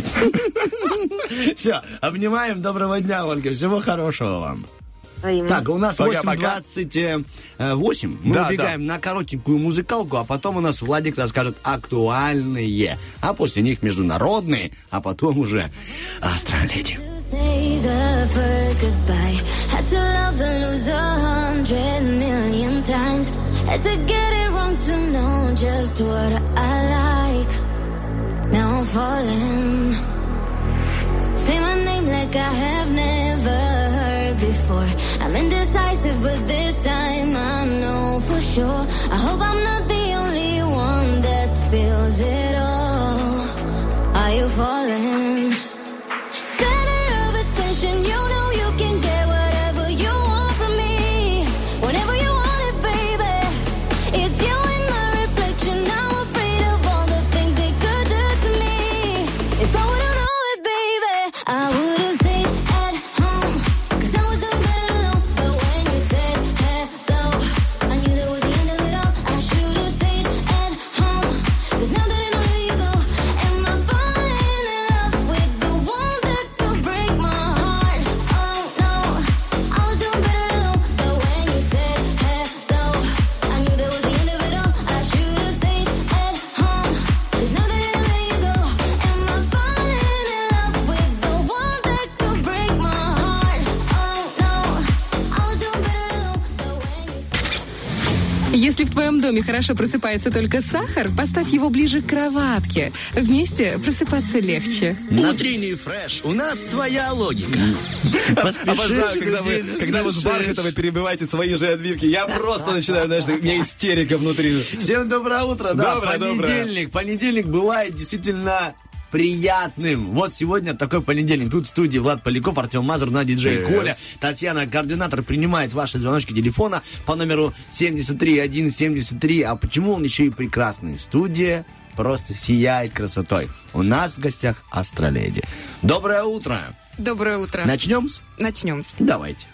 Все, обнимаем. Доброго дня, Ольга. Всего хорошего вам. Так, у нас 8:28. Мы убегаем на коротенькую музыкалку, а потом у нас Владик расскажет актуальные, а после них международные, а потом уже Астроледи. Say the first goodbye. Had to love and lose 100 million times. Had to get it wrong to know just what I like. Now I'm falling. Say my name like I have never heard before. I'm indecisive, but this time I know for sure. I hope I'm not the only one that feels it all. Are you falling? You know you can get whatever you want from me, whenever you want it, baby. It's you in my reflection. I'm afraid of all the things they could do to me. If I would've known it, baby, I would've stayed at home, 'cause I was doing better alone. But when you said hello, I knew that was the end of it all. I should've stayed at home, 'cause now that I know where you go, am I falling in love with the one that could break my heart? Если в твоем доме хорошо просыпается только сахар, поставь его ближе к кроватке. Вместе просыпаться легче. Утренний фреш. У нас своя логика. Обожаю, когда вы с Бархатовой перебиваете свои же отбивки. Я просто начинаю, знаешь, у меня истерика внутри. Всем доброе утро. Да, понедельник. Понедельник бывает действительно приятным. Вот сегодня такой понедельник. Тут в студии Влад Поляков, Артем Мазур, на диджей Коля. Татьяна, координатор, принимает ваши звоночки телефона по номеру 73173. А почему он еще и прекрасный? Студия просто сияет красотой. У нас в гостях Астроледи. Доброе утро. Доброе утро. Начнем? Начнем. Давайте.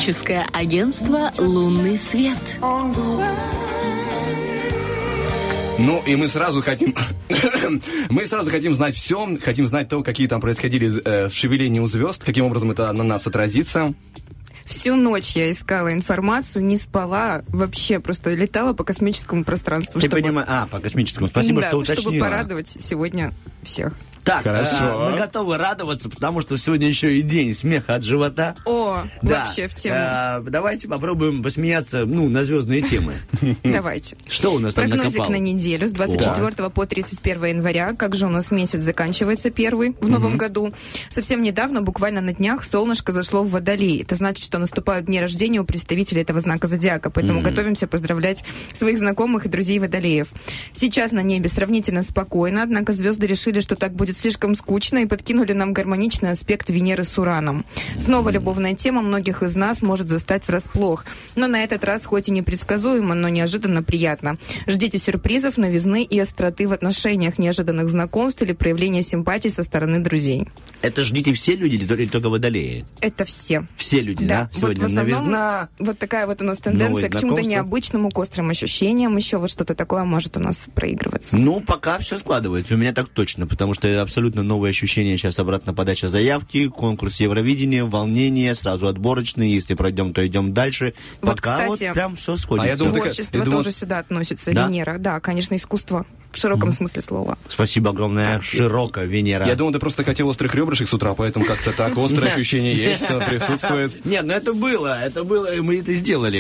Астрологическое агентство «Лунный свет». Ну, и мы сразу хотим... мы сразу хотим знать все, хотим знать то, какие там происходили шевеления у звезд, каким образом это на нас отразится. Всю ночь я искала информацию, не спала, вообще просто летала по космическому пространству. Ты понимаешь? По космическому. Спасибо, да, что уточнила. чтобы порадовать сегодня всех. Так, хорошо. Мы готовы радоваться, потому что сегодня еще и день смеха от живота. О, Да. вообще в тему. Давайте попробуем посмеяться, на звездные темы. Давайте. Что у нас там Прогнозик накопало? на неделю с 24 по 31 января. Как же у нас месяц заканчивается первый в новом году. Совсем недавно, буквально на днях, солнышко зашло в Водолей. Это значит, что наступают дни рождения у представителей этого знака зодиака. Поэтому готовимся поздравлять своих знакомых и друзей водолеев. Сейчас на небе сравнительно спокойно, однако звезды решили, что так будет слишком скучно, и подкинули нам гармоничный аспект Венеры с Ураном. Снова любовная тема многих из нас может застать врасплох. Но на этот раз хоть и непредсказуемо, но неожиданно приятно. Ждите сюрпризов, новизны и остроты в отношениях, неожиданных знакомств или проявления симпатий со стороны друзей. Это ждите все люди или только водолеи? Это все. Все люди, да? Сегодня вот в основном новизна. вот такая вот у нас тенденция новые к чему-то знакомства. необычному, к острым ощущениям. Еще вот что-то такое может у нас проигрываться. Пока все складывается. У меня так точно, потому что абсолютно новые ощущения. Сейчас обратно подача заявки, конкурс Евровидения, волнение, сразу отборочные. Если пройдем, то идем дальше. Вот, Пока кстати, прям все сходится. я думаю, Творчество тоже сюда относится. Да? Венера, да, конечно, искусство в широком смысле слова. Спасибо огромное. Широкая Венера. Я думал, ты просто хотел острых ребрышек с утра, поэтому как-то так. Острое ощущение есть, присутствует. Нет, это было, и мы это сделали.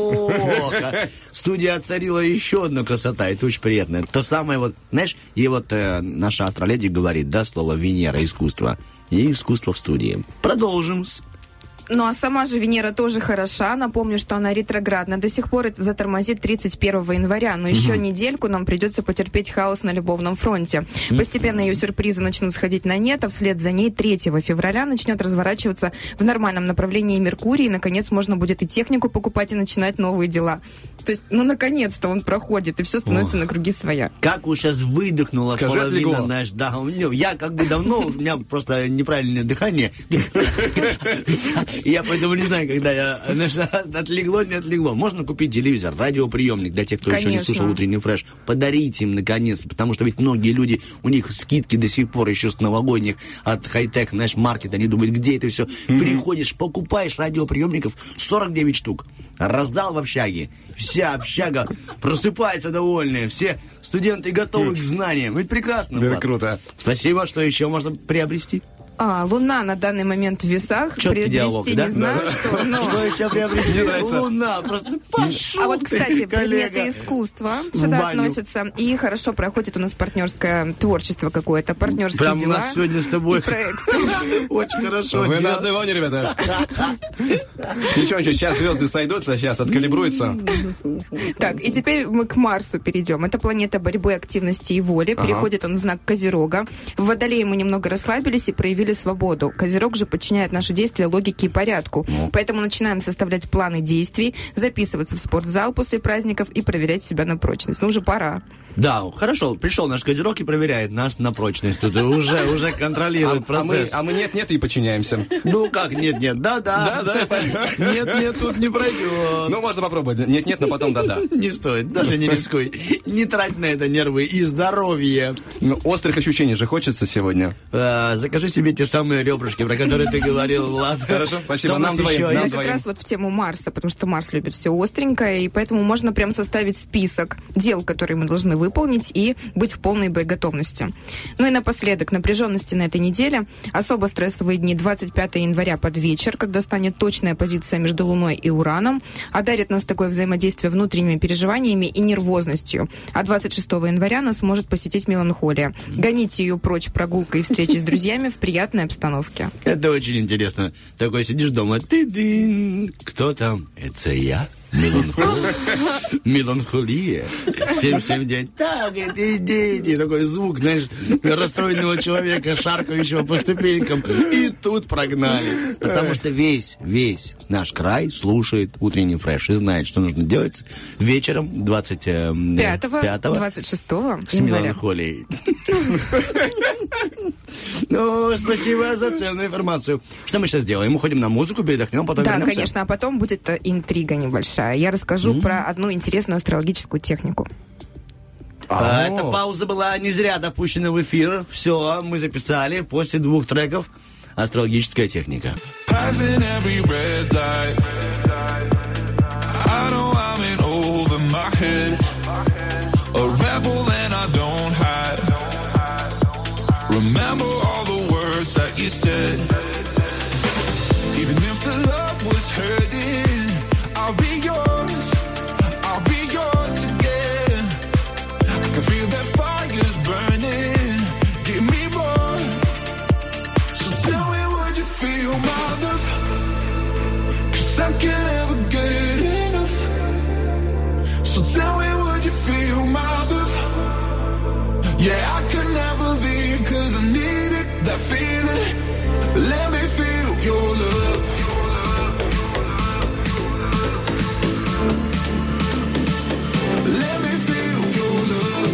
Студия отцарила еще одну красота, это очень приятно. То самое вот, знаешь, и вот наша астроледи говорит, да, слово Венера, искусство. И искусство в студии. Продолжим. Ну а сама же Венера тоже хороша. Напомню, что она ретроградна. До сих пор это затормозит 31 января. Но еще недельку нам придется потерпеть хаос на любовном фронте. Постепенно ее сюрпризы начнут сходить на нет, а вслед за ней 3 февраля начнет разворачиваться в нормальном направлении Меркурий. И, наконец, можно будет и технику покупать, и начинать новые дела. То есть, наконец-то он проходит, и все становится на круги своя. Как вот сейчас выдохнула Скажи, половина, отлегло. знаешь, да, я как бы давно, у меня просто неправильное дыхание. Я поэтому не знаю, когда я, знаешь, отлегло, не отлегло. Можно купить телевизор, радиоприемник для тех, кто еще не слушал утренний фреш. Подарите им, наконец, потому что ведь многие люди, у них скидки до сих пор еще с новогодних от хай-тек, знаешь, маркет, они думают, где это все. Приходишь, покупаешь радиоприемников 49 штук. Раздал в общаге. Вся общага просыпается довольная. Все студенты готовы к знаниям. Ведь прекрасно. Да, Влад. круто. Спасибо, что еще можно приобрести. Луна на данный момент в весах. Чёткий диалог, да? не знаю, что. Но... Что еще приобрести? Луна, просто пошел. А вот, кстати, ты, коллега. предметы искусства В сюда баню. относятся. И хорошо проходит у нас партнерское творчество какое-то, партнерские Прям у дела. нас сегодня с тобой и проекты. очень хорошо. Вы на дело. диване, ребята. Ничего, сейчас звезды сойдутся, сейчас откалибруются. Так, и теперь мы к Марсу перейдем. Это планета борьбы, активности и воли. Переходит он в знак Козерога. В Водолее мы немного расслабились и проявили свободу. Козерог же подчиняет наши действия логике и порядку. Поэтому начинаем составлять планы действий, записываться в спортзал после праздников и проверять себя на прочность. Уже пора. Да, хорошо. Пришел наш Козерог и проверяет нас на прочность. Тут уже контролирует процесс. А мы нет-нет и подчиняемся. Ну как нет-нет? Да-да. Нет-нет, тут не пройдет. Ну, можно попробовать. Нет-нет, но потом да-да. Не стоит, даже не рискуй. Не трать на это нервы и здоровье. Ну, острых ощущений же хочется сегодня. Закажи себе те самые ребрышки, про которые ты говорил, Влад. Хорошо, спасибо. Что у нас Нам двоим, еще нам есть? Это как двоим. раз вот в тему Марса, потому что Марс любит все остренькое, и поэтому можно прям составить список дел, которые мы должны выполнить, и быть в полной боеготовности. Ну и напоследок, напряженности на этой неделе. Особо стрессовые дни 25 января под вечер, когда станет точная позиция между Луной и Ураном, а дарит нас такое взаимодействие внутренними переживаниями и нервозностью. А 26 января нас может посетить меланхолия. Гоните ее прочь прогулкой и встречей с друзьями в приятной обстановке. Это очень интересно. Такой сидишь дома, ты-дын. Кто там? Это я. Меланхолия. 779. Так, иди. Такой звук, знаешь, расстроенного человека, шаркающего по ступенькам. И тут прогнали. Потому что весь наш край слушает утренний фреш и знает, что нужно делать вечером 25-го 26 с января. меланхолией. Ну, спасибо за ценную информацию. Что мы сейчас делаем? Мы уходим на музыку, передохнем, потом Да, вернемся. конечно, а потом будет интрига небольшая. Я расскажу про одну интересную астрологическую технику. Эта пауза была не зря допущена в эфир. Все, мы записали после 2 треков «Астрологическая техника». Passing every red light. I know I'm in over my head. A rebel and I don't hide. Remember all the words that you said. Even if the love was hurting, I'll be yours. I'll be yours again. I can feel that fire's burning. Give me more. So tell me, would you feel my love? 'Cause I can't ever get enough. So tell me, would you feel my love? Yeah, I could never leave 'cause I need it, that feeling. Let me feel your love. Let me feel your love.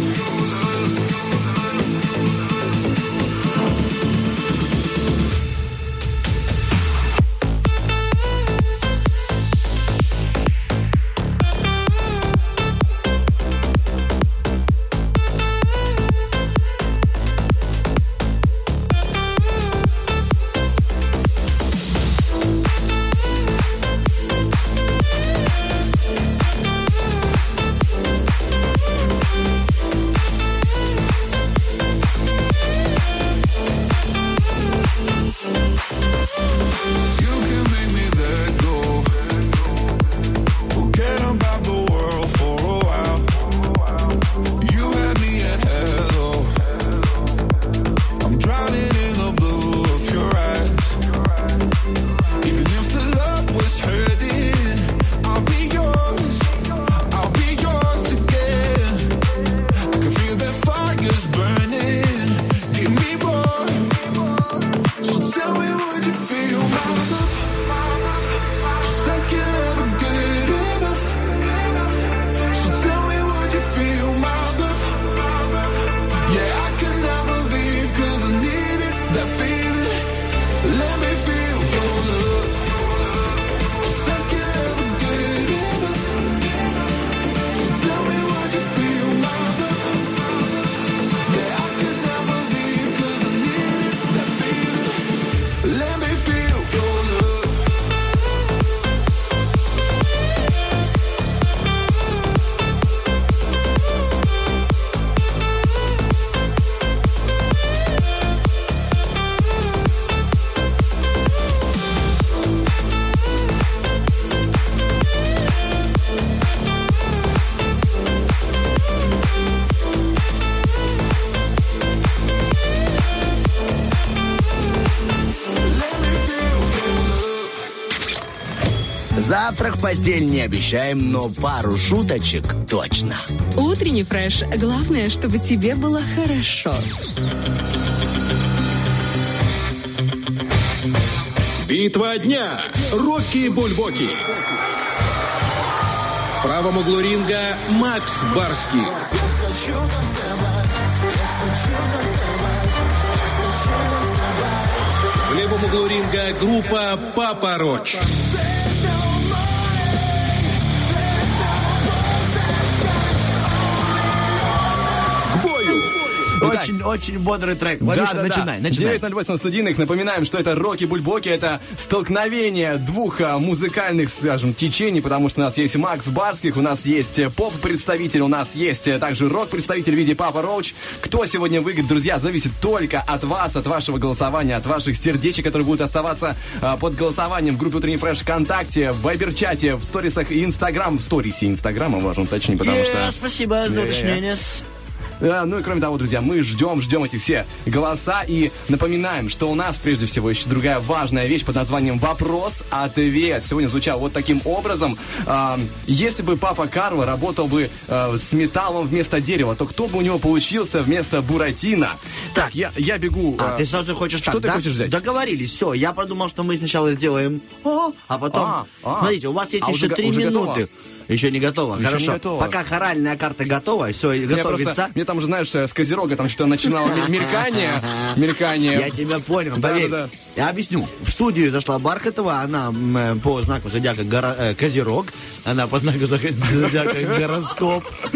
Завтрак в постель не обещаем, но пару шуточек точно. Утренний фреш. Главное, чтобы тебе было хорошо. Битва дня. Рокки Бульбоки. В правом углу ринга Макс Барских. В левом углу ринга группа Папа Роч. Очень бодрый трек. Ладюша, начинай. 9:08 студийных. Напоминаем, что это Рокки Бульбоки. Это столкновение двух музыкальных, скажем, течений, потому что у нас есть Макс Барских, у нас есть поп-представитель, у нас есть также рок-представитель в виде Папа Роуч. Кто сегодня выиграет, друзья, зависит только от вас, от вашего голосования, от ваших сердечек, которые будут оставаться под голосованием в группе «Утренний фреш» ВКонтакте, в Вайбер-чате, в сторисах и Инстаграм. В сторисе Инстаграма, важно уточнить, потому что... Спасибо за уточнение. Ну и кроме того, друзья, мы ждем эти все голоса и напоминаем, что у нас прежде всего еще другая важная вещь под названием «Вопрос-ответ». Сегодня звучал вот таким образом. Если бы Папа Карва работал бы с металлом вместо дерева, то кто бы у него получился вместо Буратино? Так, я бегу. Ты сразу хочешь что так, ты хочешь взять? Договорились, все. Я подумал, что мы сначала сделаем, а потом... Смотрите, у вас есть еще 3 минуты. Готово? Еще не готово. Еще Хорошо. не готово. Пока хоральная карта готова, все, готовится. Мне там уже, знаешь, с Козерога там что-то начинало мелькание. Я тебя понял, поверь. Я объясню. В студию зашла Бархатова, она по знаку зодиака Козерог, она по знаку зодиака гороскоп.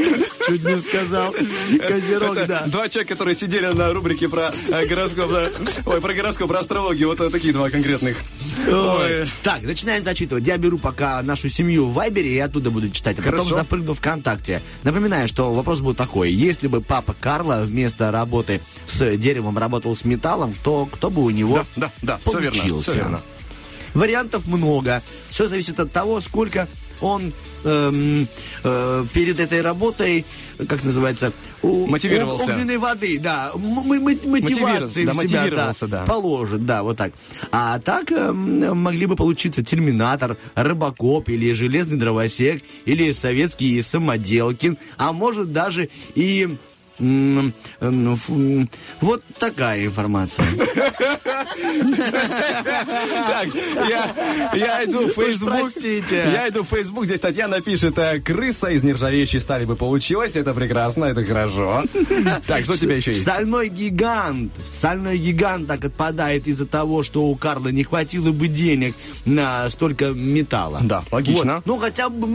Чуть не сказал. Козерог, Это да. два человека, которые сидели на рубрике про гороскоп, да. Ой, про гороскоп, про астрологию. Вот такие два конкретных. Ой. Так, начинаем зачитывать. Я беру пока нашу семью в Вайбере и оттуда буду читать, а потом Хорошо. запрыгну ВКонтакте. Напоминаю, что вопрос был такой. Если бы папа Карла вместо работы с деревом работал с металлом, то кто бы у него Да, все получился? верно, все верно. Вариантов много. Все зависит от того, сколько он перед этой работой, как называется, Мотивировался. огненной воды, да, мотивации Да, в себя, мотивировался, да. положит, да, вот так. А так могли бы получиться Терминатор, Робокоп или Железный Дровосек, или Советский Самоделкин, а может даже и... вот такая информация. Так, я иду в Facebook. Простите. Я иду в Facebook, здесь Татьяна пишет, крыса из нержавеющей стали бы получилась, это прекрасно, это хорошо. Так, что у тебя еще есть? Стальной гигант так отпадает из-за того, что у Карла не хватило бы денег на столько металла. Да, логично. Вот. Ну, хотя бы,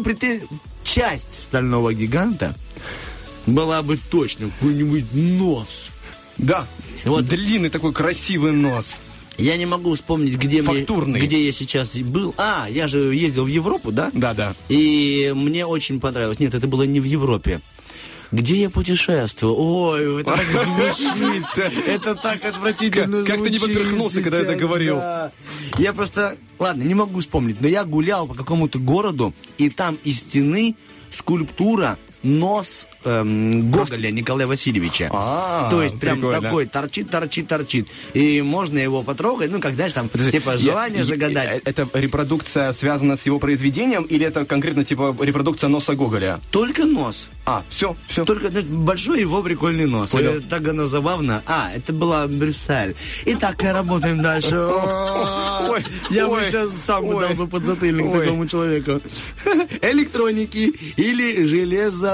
часть стального гиганта была бы точно какой-нибудь нос. Да, Вот. длинный такой красивый нос. Я не могу вспомнить, где Фактурный. где я сейчас был. Я же ездил в Европу, да? Да. И мне очень понравилось. Нет, это было не в Европе. Где я путешествовал? Ой, это так звучит. Это так отвратительно Как ты не звучит поперхнулся, когда это сейчас, говорил? да. Я просто... Ладно, не могу вспомнить, но я гулял по какому-то городу, и там из стены скульптура нос Гоголя Николая Васильевича. То есть прям прикольно. такой торчит. И можно его потрогать, когда же там, типа, желание загадать. Это репродукция связана с его произведением, или это конкретно, типа, репродукция носа Гоголя? Только нос. Все. Только большой его прикольный нос. Понял. Так оно забавно. Это была Брюссель. Итак, работаем дальше. Я бы сейчас сам дал бы подзатыльник такому человеку. Электроники или железо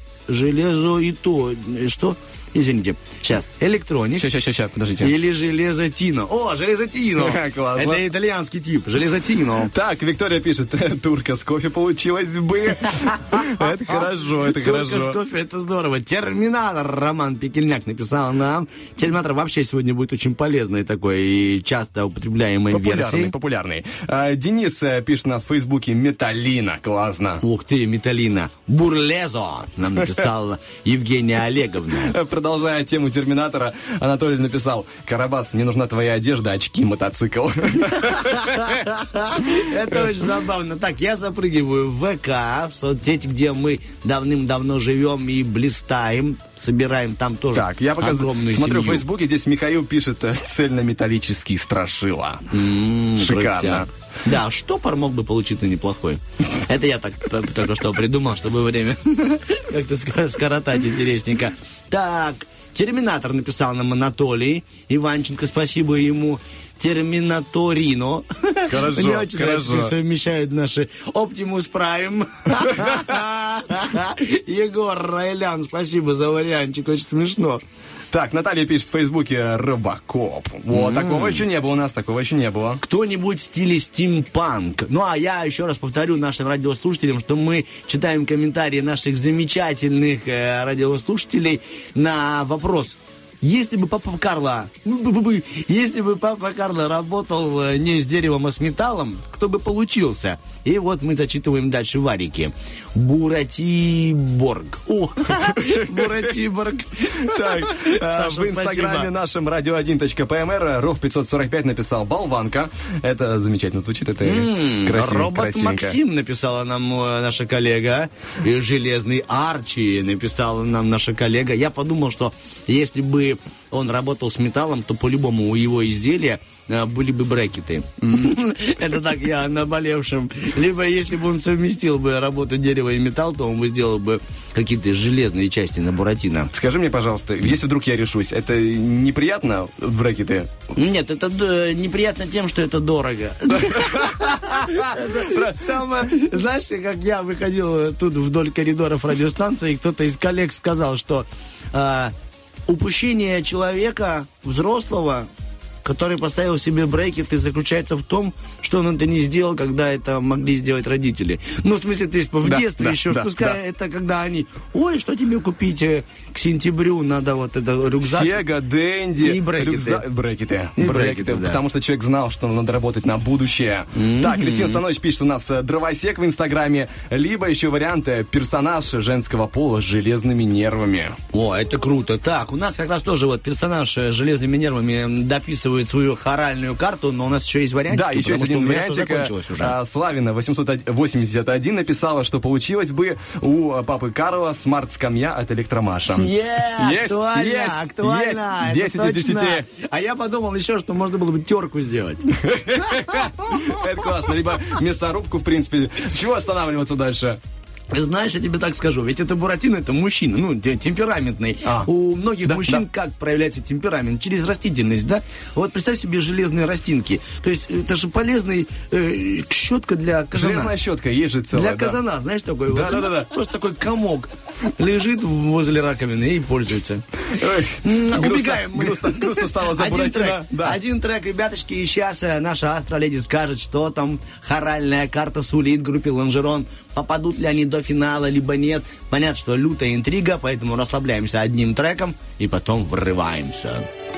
и то. Что? Извините. Сейчас. Электроник. Сейчас, подождите. Или железотино. Железотино. Классно. Это итальянский тип. Железотино. Так, Виктория пишет, турка с кофе получилось бы. Это хорошо, Турка с кофе, это здорово. Терминатор, Роман Петельняк написал нам. Терминатор вообще сегодня будет очень полезной такой и часто употребляемой версией. Популярный. Денис пишет нас в Фейсбуке, Металлина, классно. Ух ты, Металлина. Бурлезо, нам написала Евгения Олеговна. Продолжая тему Терминатора, Анатолий написал, Карабас, мне нужна твоя одежда, очки, мотоцикл. Это очень забавно. Так, я запрыгиваю в ВК, в соцсети, где мы давным-давно живем и блистаем. Собираем там тоже Так, я пока огромную смотрю в семью. Фейсбуке, здесь Михаил пишет, цельнометаллический страшила. Шикарно. Крутяк. Да, штопор мог бы получиться неплохой. Это я так только что придумал, чтобы время как-то скоротать интересненько. Так, Терминатор написал нам Анатолий Иванченко, спасибо ему. Терминаторино. Хорошо, Мне очень нравится, хорошо. как совмещают наши Оптимус Прайм. Егор Райлян, спасибо за вариантик, очень смешно. Так, Наталья пишет в Фейсбуке Робокоп. Вот, такого еще не было у нас, такого еще не было. Кто-нибудь в стиле стимпанк. Ну, а я еще раз повторю нашим радиослушателям, что мы читаем комментарии наших замечательных радиослушателей на вопрос. Если бы папа Карло работал не с деревом, а с металлом, кто бы получился? И вот мы зачитываем дальше варики. Буратиборг. Буратиборг. Так, в инстаграме нашем radio1.pmr Ров 545 написал болванка. Это замечательно звучит, это Робот красивенько. Максим написала нам наша коллега. И Железный Арчи написала нам наша коллега. Я подумал, что если бы он работал с металлом, то по-любому у его изделия были бы брекеты. Это так я наболевшим. Либо если бы он совместил бы работу дерева и металл, то он бы сделал бы какие-то железные части на Буратино. Скажи мне, пожалуйста, если вдруг я решусь, это неприятно, брекеты? Нет, это неприятно тем, что это дорого. Самое, знаешь, как я выходил тут вдоль коридоров радиостанции, и кто-то из коллег сказал, что упущение человека взрослого который поставил себе брекет и заключается в том, что он это не сделал, когда это могли сделать родители. Ну, в смысле, то есть в детстве еще, пускай это когда они, ой, что тебе купить к сентябрю, надо вот это рюкзак. Сега, Дэнди, и брекеты. Брекеты, да. потому что человек знал, что надо работать на будущее. Так, Кристина Станович пишет у нас дровосек в Инстаграме, либо еще варианты персонаж женского пола с железными нервами. О, это круто. Так, у нас как раз тоже вот персонаж с железными нервами дописывает свою хоральную карту, но у нас еще есть вариантики. Да, еще есть один вариантик. Славина 881 написала, что получилось бы у папы Карла смарт-скамья от Электромаша. Актуально. 10 из 10. А я подумал еще, что можно было бы терку сделать. Это классно. Либо мясорубку, в принципе. Чего останавливаться дальше? Знаешь, я тебе так скажу, ведь это Буратино, это мужчина, ну, темпераментный. У многих мужчин как проявляется темперамент? Через растительность, да? Вот представь себе железные растинки. То есть это же полезная щетка для казана. Железная щетка, есть же целая. Для казана, знаешь, такой Да. Просто такой комок лежит возле раковины и пользуется. Убегаем мы. Грустно стало за Буратино. Один трек, ребяточки, и сейчас наша Астра-леди скажет, что там хоральная карта сулит группе Лонжерон. Попадут ли они до финала, либо нет. Понятно, что лютая интрига, поэтому расслабляемся одним треком и потом врываемся.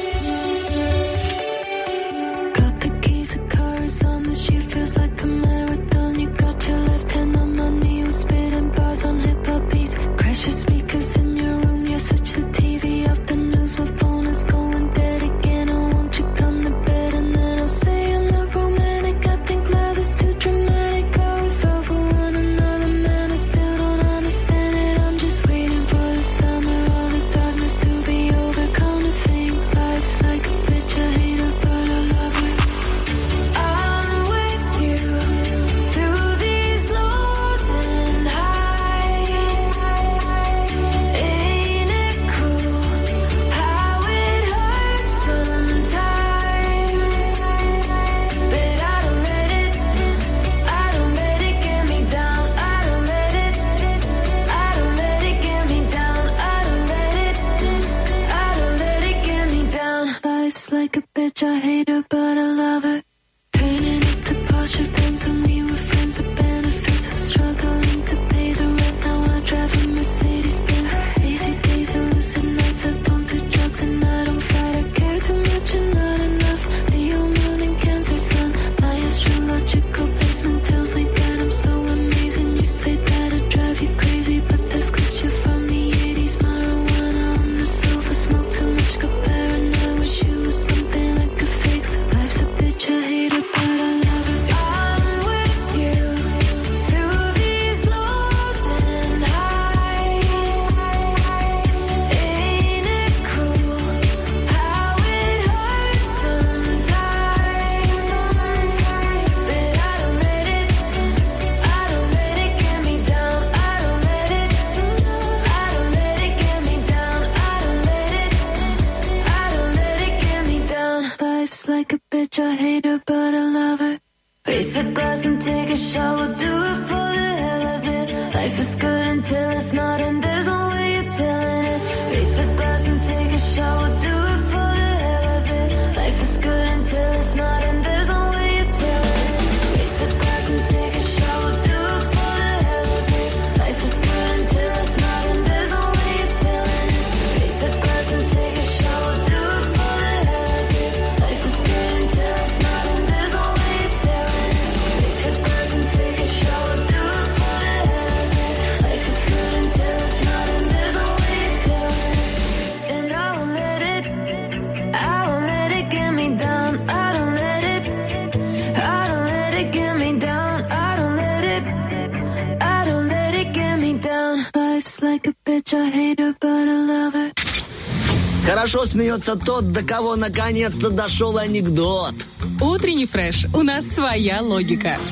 Хорошо смеется тот, до кого наконец-то дошел анекдот. Утренний фреш. У нас своя логика.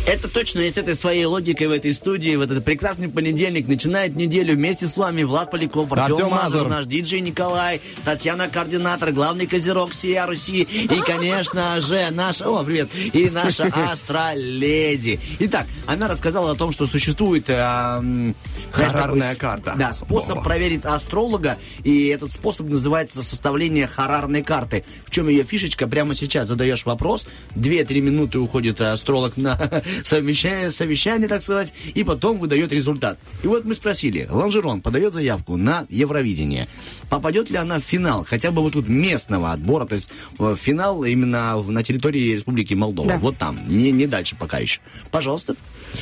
Это точно, и с этой своей логикой в этой студии, в этот прекрасный понедельник начинает неделю вместе с вами Влад Поляков, Артем Мазур, наш диджей Николай, Татьяна Координатор, главный козерог всей Руси и, конечно же, наша Астроледи. Итак, она рассказала о том, что существует харарная карта. Да, способ проверить астролога, и этот способ называется составление харарной карты. В чем ее фишечка? Прямо сейчас задаешь вопрос, 2-3 минуты уходит астролог на совещание, так сказать, и потом выдает результат. И вот мы спросили, Лонжерон подает заявку на Евровидение. Попадет ли она в финал, хотя бы вот тут местного отбора, то есть в финал именно на территории Республики Молдова. Да. Вот там, не дальше пока еще. Пожалуйста.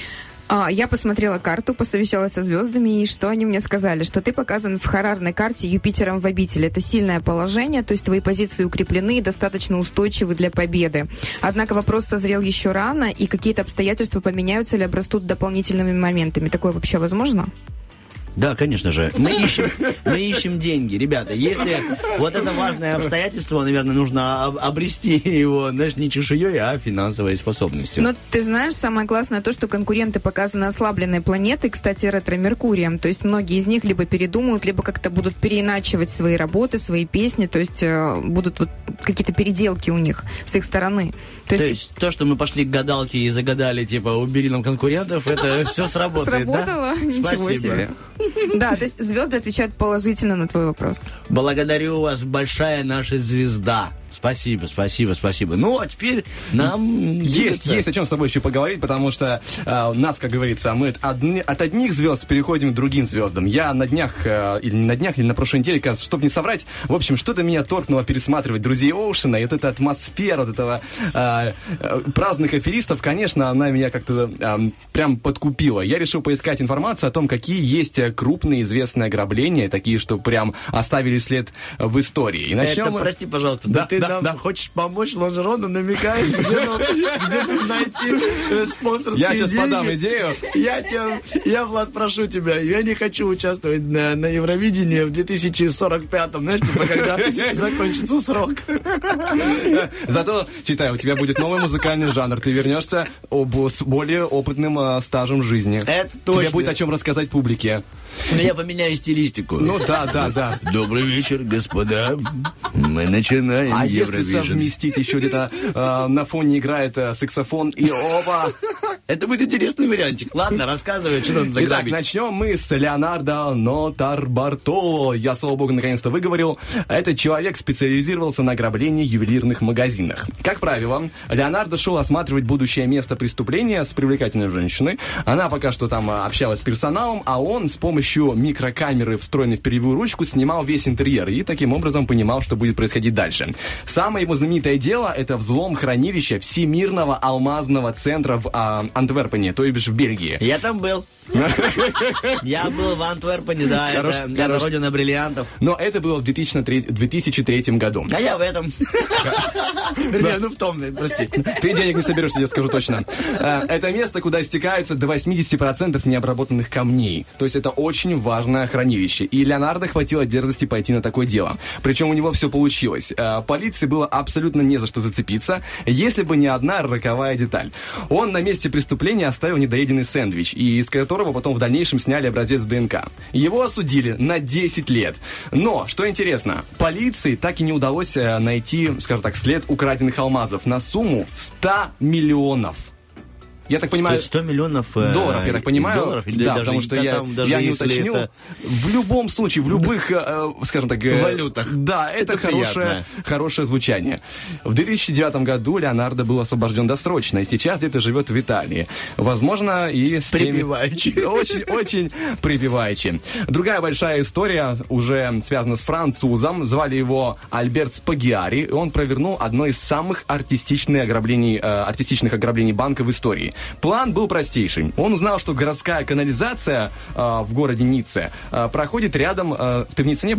Я посмотрела карту, посовещалась со звездами, и что они мне сказали? Что ты показан в харарной карте Юпитером в обители. Это сильное положение, то есть твои позиции укреплены и достаточно устойчивы для победы. Однако вопрос созрел еще рано, и какие-то обстоятельства поменяются или обрастут дополнительными моментами. Такое вообще возможно? Да, конечно же. Мы ищем деньги, ребята. Если вот это важное обстоятельство, наверное, нужно обрести его, знаешь, не чешуей, а финансовой способностью. Но ты знаешь, самое классное то, что конкуренты показаны ослабленной планетой, кстати, ретро-Меркурием. То есть многие из них либо передумают, либо как-то будут переиначивать свои работы, свои песни. То есть будут вот какие-то переделки у них с их стороны. То есть то, что мы пошли к гадалке и загадали, типа, убери нам конкурентов, это все сработает, да? Сработало? Ничего себе. Да, то есть звезды отвечают положительно на твой вопрос. Благодарю вас, большая наша звезда. Спасибо. Ну, а теперь нам есть о чем с тобой еще поговорить, потому что нас, как говорится, мы от одних звезд переходим к другим звездам. Я на днях, или на прошлой неделе, чтобы не соврать, в общем, что-то меня торкнуло пересматривать «Друзей Оушена», и вот эта атмосфера вот этого праздных аферистов, конечно, она меня как-то прям подкупила. Я решил поискать информацию о том, какие есть крупные известные ограбления, такие, что прям оставили след в истории. И начнем... прости, пожалуйста, ты нам хочешь помочь Лонжерону, намекаешь, где нам найти спонсорские деньги? Я сейчас подам идею. Я, Влад, прошу тебя, я не хочу участвовать на Евровидении в 2045-м, знаешь, типа, когда закончится срок. Зато, читай, у тебя будет новый музыкальный жанр, ты вернешься с более опытным стажем жизни. Это точно. Тебе будет о чем рассказать публике. Но я поменяю стилистику. Ну да. Добрый вечер, господа. Мы начинаем Евровидение. Если совместить еще где-то на фоне играет саксофон и оба. Это будет интересный вариантик. Ладно, рассказывай, что надо заграбить. Итак, начнем мы с Леонардо Нотарбартоло. Я, слава богу, наконец-то выговорил. Этот человек специализировался на ограблении ювелирных магазинах. Как правило, Леонардо шел осматривать будущее место преступления с привлекательной женщиной. Она пока что там общалась с персоналом, а он с помощью микрокамеры, встроенной в перьевую ручку, снимал весь интерьер и таким образом понимал, что будет происходить дальше. Самое его знаменитое дело — это взлом хранилища Всемирного алмазного центра в Антверпене, то есть в Бельгии. Я там был. Я был в Антверпене, да, это родина бриллиантов. Но это было в 2003 году. А я в этом. Вернее, в том, прости. Ты денег не соберешь, я скажу точно. Это место, куда стекаются до 80% необработанных камней. То есть это очень важное хранилище. И Леонардо хватило дерзости пойти на такое дело. Причем у него все получилось. Полиции было абсолютно не за что зацепиться, если бы не одна роковая деталь. Он на месте преступления оставил недоеденный сэндвич, и из которого потом в дальнейшем сняли образец ДНК. Его осудили на 10 лет. Но, что интересно, полиции так и не удалось найти, скажем так, след украденных алмазов на сумму 100 миллионов. Я так понимаю... 100 миллионов долларов, я так понимаю. Долларов, или да, даже, потому что я не уточнил. Это... В любом случае, в любых, скажем так... валютах. Да, это хорошее звучание. В 2009 году Леонардо был освобожден досрочно, и сейчас где-то живет в Италии. Возможно, и с припеваючи. Очень припеваючи. Другая большая история уже связана с французом. Звали его Альберт Спагиари, и он провернул одно из самых артистичных ограблений банка в истории. План был простейший. Он узнал, что городская канализация в городе Ницце проходит рядом... Ты в Ницце не был?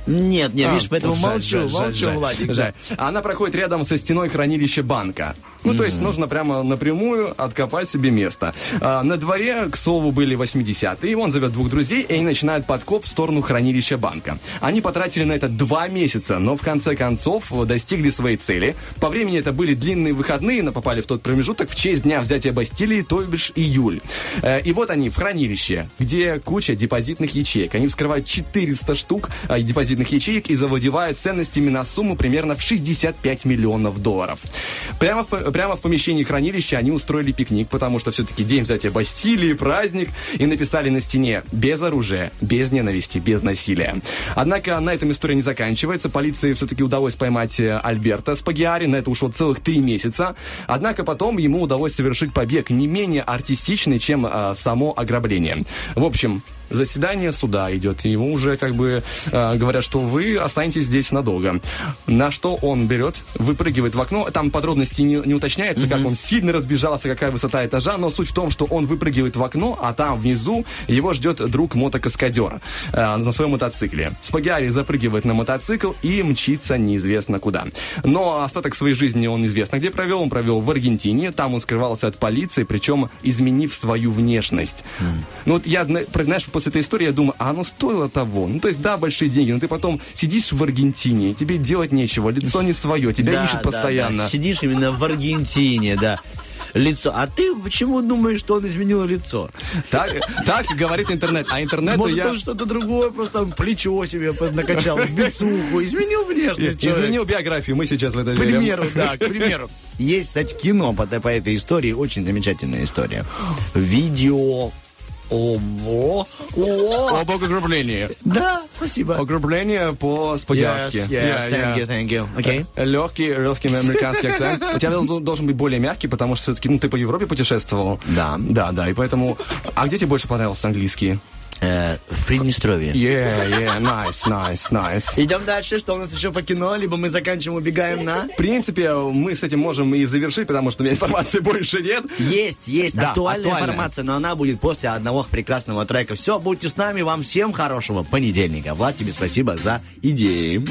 Нет, видишь, поэтому жаль, молчу, Владик. жаль. Она проходит рядом со стеной хранилища банка. Ну, то есть нужно прямо напрямую откопать себе место. На дворе, к слову, были 80-е, и он зовет двух друзей, и они начинают подкоп в сторону хранилища банка. Они потратили на это 2 месяца, но в конце концов достигли своей цели. По времени это были длинные выходные, но попали в тот промежуток в честь дня взятия Бастилии, то бишь июль. И вот они в хранилище, где куча депозитных ячеек. Они вскрывают 400 штук депозитных ячеек и завладевают ценностями на сумму примерно в $65 миллионов. Прямо в помещении хранилища они устроили пикник, потому что все-таки день взятия Бастилии, праздник, и написали на стене: без оружия, без ненависти, без насилия. Однако на этом история не заканчивается. Полиции все-таки удалось поймать Альберто Спагиари, на это ушло целых 3 месяца. Однако потом ему удалось совершить побег не менее артистичный, чем само ограбление. В общем, заседание суда идет, и ему уже говорят, что вы останетесь здесь надолго. На что он берет, выпрыгивает в окно. Там подробности не уточняется, как он сильно разбежался, какая высота этажа, но суть в том, что он выпрыгивает в окно, а там внизу его ждет друг-мотокаскадер на своем мотоцикле. Спагиари запрыгивает на мотоцикл и мчится неизвестно куда. Но остаток своей жизни он неизвестно где провел. Он провел в Аргентине, там он скрывался от полиции, причем изменив свою внешность. Ну вот я, знаешь, после этой истории я думаю, оно стоило того. Ну, то есть, да, большие деньги, но ты потом сидишь в Аргентине, тебе делать нечего, лицо не свое, тебя ищут постоянно. Да. Сидишь именно в Аргентине, да. Лицо. А ты почему думаешь, что он изменил лицо? Так говорит интернет. А интернет Может, он что-то другое, просто там плечо себе накачал, бицуху, изменил внешность. Изменил биографию, мы сейчас в это верим. К примеру. Есть, кстати, кино по этой истории, очень замечательная история. Видео об ограблении. Да, спасибо. Ограбление по-спагиарски. Thank you. Okay. Легкий русский американский акцент. У тебя должен быть более мягкий, потому что все-таки ты по Европе путешествовал. Да, и поэтому... А где тебе больше понравился английский? В Приднестровье. Nice. Идем дальше. Что у нас еще по кино? Либо мы заканчиваем, убегаем на... В принципе, мы с этим можем и завершить, потому что у меня информации больше нет. Есть актуальная информация, но она будет после одного прекрасного трека. Все, будьте с нами. Вам всем хорошего понедельника. Влад, тебе спасибо за идеи.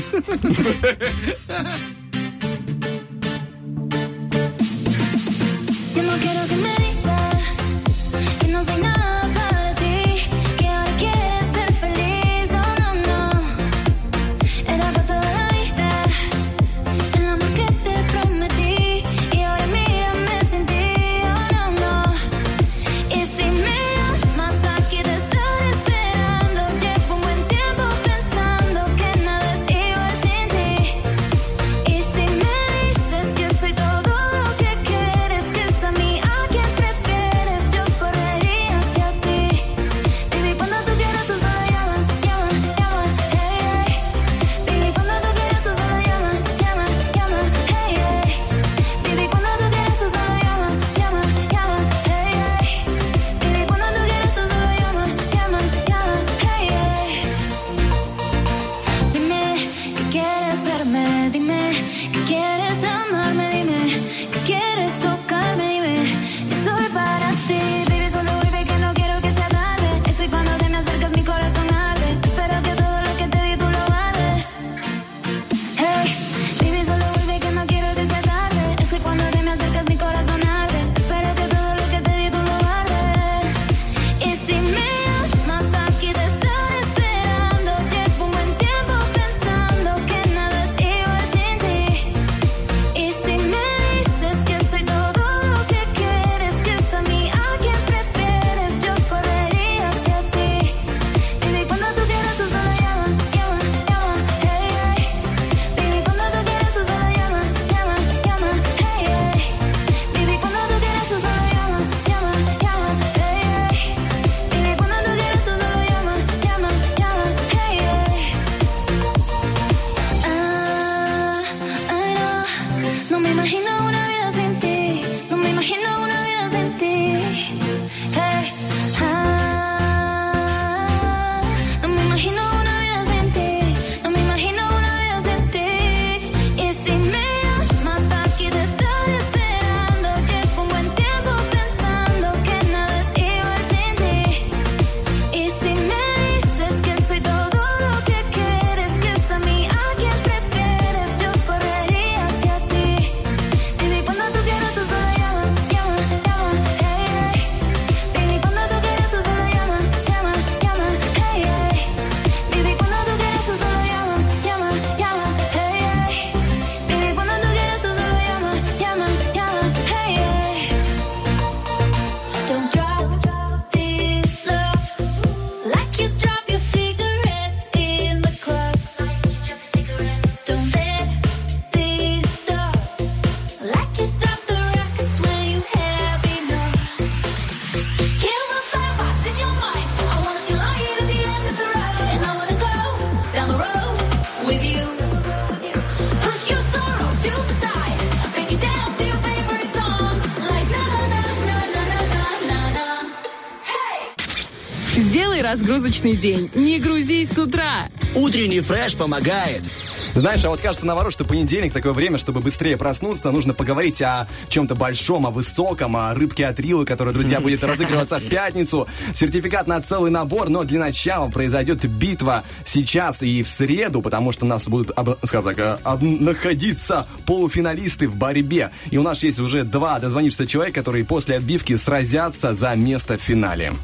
with you. Push your sorrows to the side. Make you dance to your favorite songs. Like na na na na na na na na. Hey! Сделай разгрузочный день. Не грузись с утра. Утренний фреш помогает. Знаешь, а вот кажется, наоборот, что понедельник такое время, чтобы быстрее проснуться, нужно поговорить о чем-то большом, о высоком, о рыбке от Рио, которая, друзья, будет разыгрываться в пятницу. Сертификат на целый набор, но для начала произойдет битва сейчас и в среду, потому что у нас будут, скажем так, находиться полуфиналисты в борьбе. И у нас есть уже 2 дозвонившихся человека, которые после отбивки сразятся за место в финале.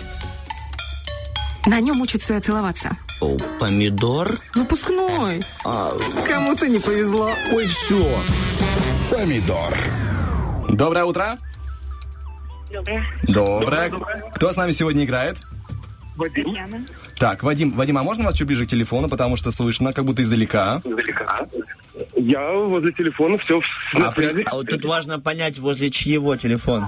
На нем учатся целоваться. О, помидор. Выпускной. Кому-то не повезло. Ой, все. Помидор. Доброе утро. Доброе. Кто с нами сегодня играет? Вадим. Так, Вадим, а можно вас чуть ближе к телефону, потому что слышно, как будто издалека. Я возле телефона, все на связи. А вот тут важно понять, возле чьего телефона.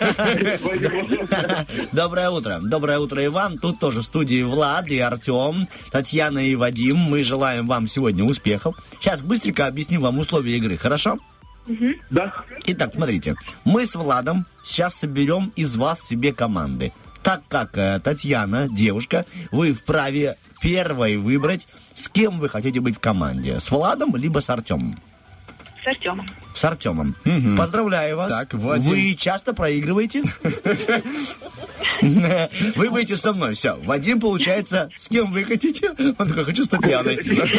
Доброе утро. Доброе утро и вам. Тут тоже в студии Влад и Артем, Татьяна и Вадим. Мы желаем вам сегодня успехов. Сейчас быстренько объясним вам условия игры, хорошо? Да. Итак, смотрите. Мы с Владом сейчас соберем из вас себе команды. Так как Татьяна, девушка, вы вправе первой выбрать, с кем вы хотите быть в команде. С Владом, либо с Артемом. С Артемом. С Артемом. Поздравляю вас. Так, Вадим. Вы часто проигрываете? Вы будете со мной. Все. Вадим, получается, с кем вы хотите? Он такой, хочу с Татьяной.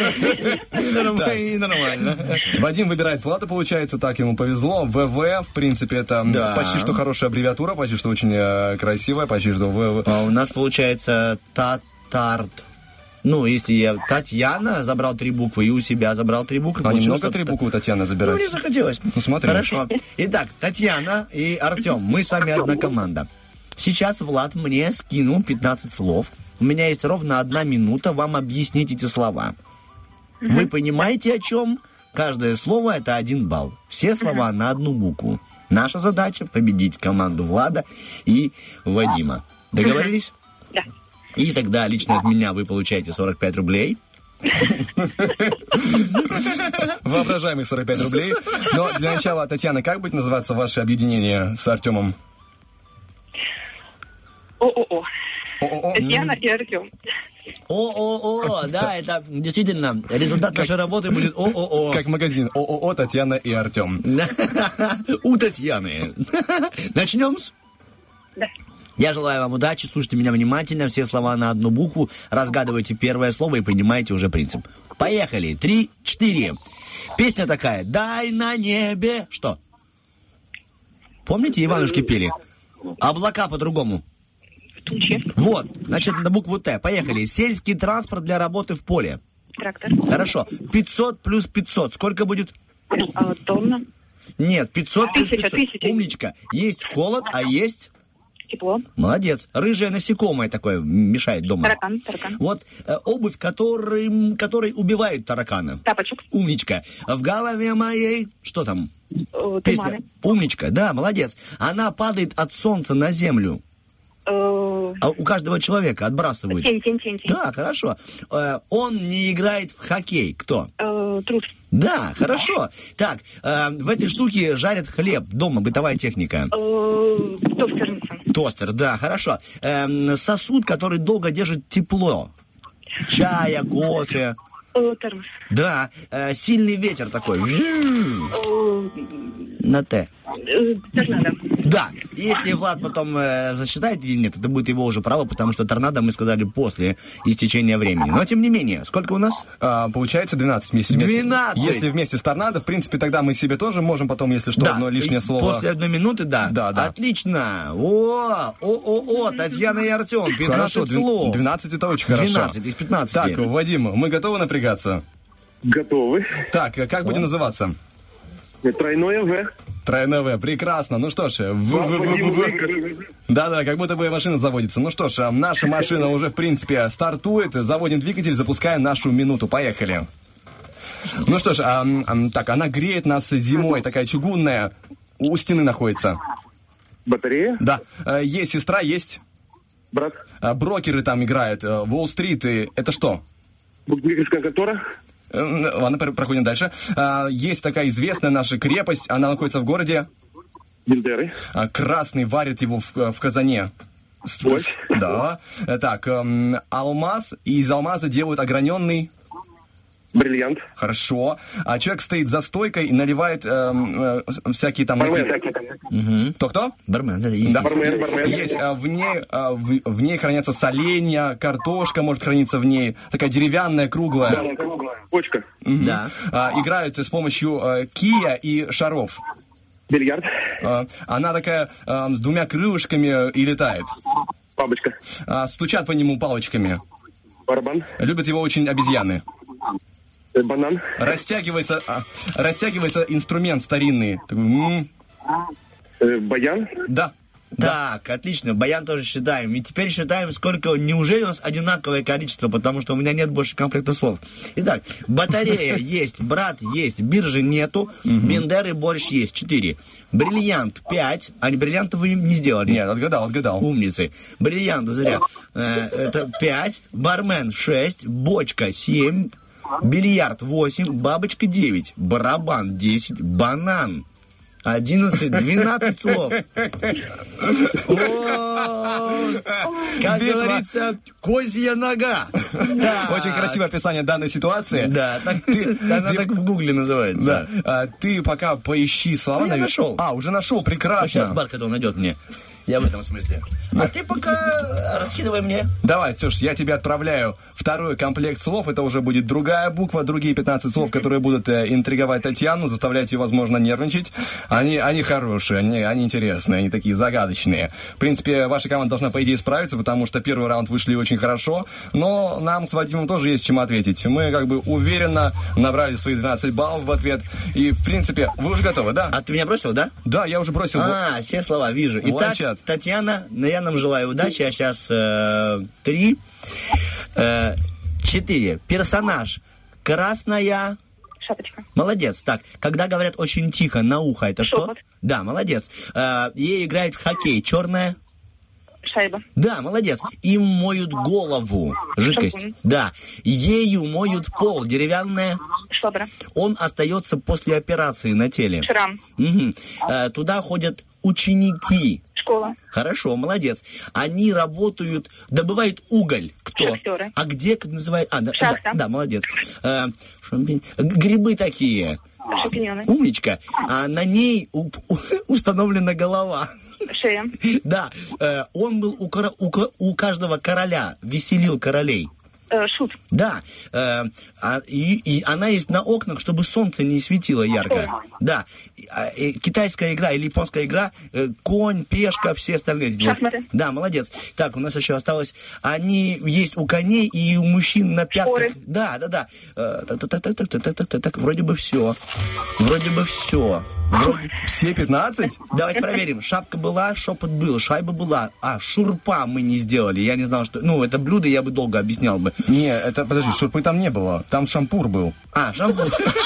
И нормально. Вадим выбирает Влада, получается, так ему повезло. ВВ, в принципе, это почти что хорошая аббревиатура, почти что очень красивая, почти что ВВ. А у нас получается Татарт. Ну, если я Татьяна забрал 3 буквы и у себя забрал 3 буквы. А немного 3 буквы Татьяна забирать? Ну, мне захотелось. Ну, смотри. Хорошо. Итак, Татьяна и Артем, мы с вами одна команда. Сейчас Влад мне скинул 15 слов. У меня есть ровно 1 минута вам объяснить эти слова. Вы понимаете, о чем? Каждое слово — это 1 балл. Все слова на 1 букву. Наша задача — победить команду Влада и Вадима. Договорились? Да. И тогда лично от меня вы получаете 45 рублей. Воображаемых 45 рублей. Но для начала, Татьяна, как будет называться ваше объединение с Артемом? ООО. ООО. Татьяна и Артем. ООО, да, это действительно результат нашей работы будет ООО. Как магазин ООО Татьяна и Артем. У Татьяны. Начнем с... Да. Я желаю вам удачи, слушайте меня внимательно, все слова на 1 букву, разгадывайте первое слово и понимаете уже принцип. Поехали, 3, 4. Песня такая, дай на небе... Что? Помните, Иванушки пели? Облака по-другому. Тучи. Вот, значит, на букву Т. Поехали. Сельский транспорт для работы в поле. Трактор. Хорошо. 500 плюс 500. Сколько будет? Тонна. Нет, 500 плюс 500. 1000. Умничка. Есть холод, а есть... Тепло. Молодец. Рыжее насекомое такое мешает дома. Таракан. Вот обувь, которой убивают таракана. Тапочек. Умничка. В голове моей... Что там? Туманы. Умничка, да, молодец. Она падает от солнца на землю. А у каждого человека отбрасывают. Тень. Да, хорошо. Он не играет в хоккей. Кто? Труд. Да, хорошо. Так, в этой штуке жарят хлеб. Дома бытовая техника. Тостер, да, хорошо. Сосуд, который долго держит тепло. Чая, кофе. Термос. Да, сильный ветер такой. На Т. Торнадо. Да, если Влад потом засчитает или нет, это будет его уже право, потому что торнадо мы сказали после истечения времени. Но тем не менее, сколько у нас? Получается 12 вместе. 12! Если вместе с торнадо, в принципе, тогда мы себе тоже можем потом, если что, да, одно лишнее слово. После 1 минуты, да. Да. Отлично. Татьяна и Артем, 15 хорошо, слов. 12 это очень хорошо. 12 из 15. Так, Вадим, мы готовы напрягаться? Готовы. Так, как будем называться? Тройное В. Тройное В, прекрасно. Ну что ж, Да, как будто бы машина заводится. Ну что ж, наша машина уже, в принципе, стартует. Заводим двигатель, запускаем нашу минуту. Поехали. Ну что ж, так, она греет нас зимой, такая чугунная, у стены находится. Батарея? Да. Есть сестра, есть... Брат. Брокеры там играют. Уолл-стрит, это что? Букмекерская контора. Ладно, проходим дальше. Есть такая известная наша крепость, она находится в городе... Бендеры. Красный варит его в казане. Ой. Да. Так, алмаз, и из алмаза делают ограненный... Бриллиант. Хорошо. А человек стоит за стойкой и наливает всякие там... Бармен. Кто? Бармен, да, есть. Да. Бармен. Есть. В ней хранятся соленья, картошка может храниться в ней. Такая деревянная, круглая. Почка. Да. Играют с помощью кия и шаров. Бильярд. Она такая с двумя крылышками и летает. Бабочка. Стучат по нему палочками. Барабан. Любят его очень обезьяны. Банан. Растягивается инструмент старинный. Такой, Баян. Да. Так, отлично, баян тоже считаем. И теперь считаем, сколько... Неужели у нас одинаковое количество, потому что у меня нет больше комплекта слов. Итак, батарея есть, брат есть, биржи нету, бендеры, борщ есть, 4. Бриллиант 5. А бриллианты вы не сделали? Нет, отгадал. Умницы. Бриллиант, зря. Это 5. Бармен 6. Бочка 7. Бильярд 8. Бабочка 9. Барабан 10. Банан 11, 12 слов. Как говорится, козья нога. Очень красивое описание данной ситуации. Да, она так в гугле называется. Да. Ты пока поищи слова. Я нашел. Уже нашел, прекрасно. Сейчас Баркадо найдет мне. Я в этом смысле. А ты пока раскидывай мне. Давай, Ксюш, я тебе отправляю второй комплект слов. Это уже будет другая буква, другие 15 слов, которые будут интриговать Татьяну, заставлять ее, возможно, нервничать. Они хорошие, они интересные, они такие загадочные. В принципе, ваша команда должна, по идее, справиться, потому что первый раунд вышли очень хорошо. Но нам с Вадимом тоже есть чем ответить. Мы как бы уверенно набрали свои 12 баллов в ответ. И, в принципе, вы уже готовы, да? А ты меня бросил, да? Да, я уже бросил. Все слова вижу. Итак, Татьяна, я нам желаю удачи. А сейчас 3, 4. Персонаж. Красная... Шапочка. Молодец. Так, когда говорят очень тихо на ухо, это Шепот. что? Да, молодец. Ей играет в хоккей. Черная... Шайба. Да, молодец. Им моют голову. Жидкость. Шампунь. Да. Ею моют пол. Деревянная. Швабра. Он остается после операции на теле. Шрам. Угу. Туда ходят ученики. Школа. Хорошо, молодец. Они работают, добывают уголь. Кто? Шахтеры. А где, как называют? Шахта. Да, молодец. Грибы такие. Шампиньоны. Умничка. А на ней установлена голова. Шея. Да. Он был у каждого короля, веселил королей. Шут. Да. И она есть на окнах, чтобы солнце не светило ярко. Да. Китайская игра или японская игра, конь, пешка, все остальные. Шахматы. Да, молодец. Так, у нас еще осталось... Они есть у коней и у мужчин на пятках. Шпоры. Да. Так, вроде бы все. Все 15? Давайте проверим. Шапка была, шепот был, шайба была. Шурпа мы не сделали. Я не знал, что... это блюдо я бы долго объяснял бы. Не, подожди, шурпы там не было. Там шампур был. Шампур.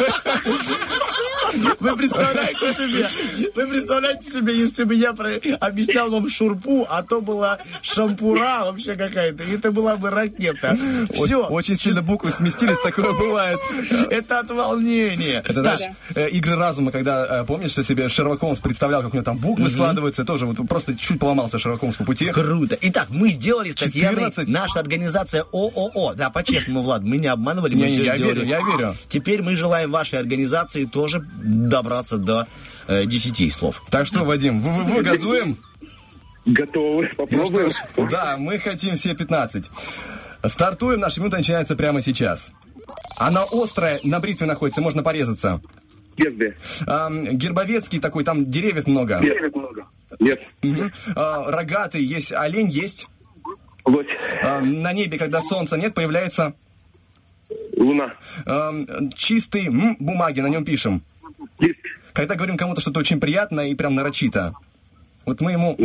Вы представляете себе, если бы я объяснял вам шурпу, а то была шампура вообще какая-то, и это была бы ракета. Все. Очень сильно буквы сместились, такое бывает. Это от волнения. Это, знаешь, игры разума, когда, помнишь, что себе Шерлок Холмс представлял, как у него там буквы складываются, тоже вот просто чуть поломался Шерлок Холмс по пути. Круто. Итак, мы сделали с Татьяной 14. наша организация ООО. Да, по-честному, Влад, мы не обманывали, мы все сделали. Я верю. Теперь мы желаем вашей организации тоже добраться до 10 слов. Так что, Вадим, вы газуем? Готовы, попробуем. Да, мы хотим все 15. Стартуем, наша минута начинается прямо сейчас. Она острая, на бритве находится, можно порезаться. Лезвие. Гербовецкий такой, там деревьев много. Нет. Рогатый есть, олень есть. Лось. На небе, когда солнца нет, появляется... Луна. Чистый бумаги, на нем пишем. Лист. Когда говорим кому-то что-то очень приятное и прям нарочито. Вот мы ему...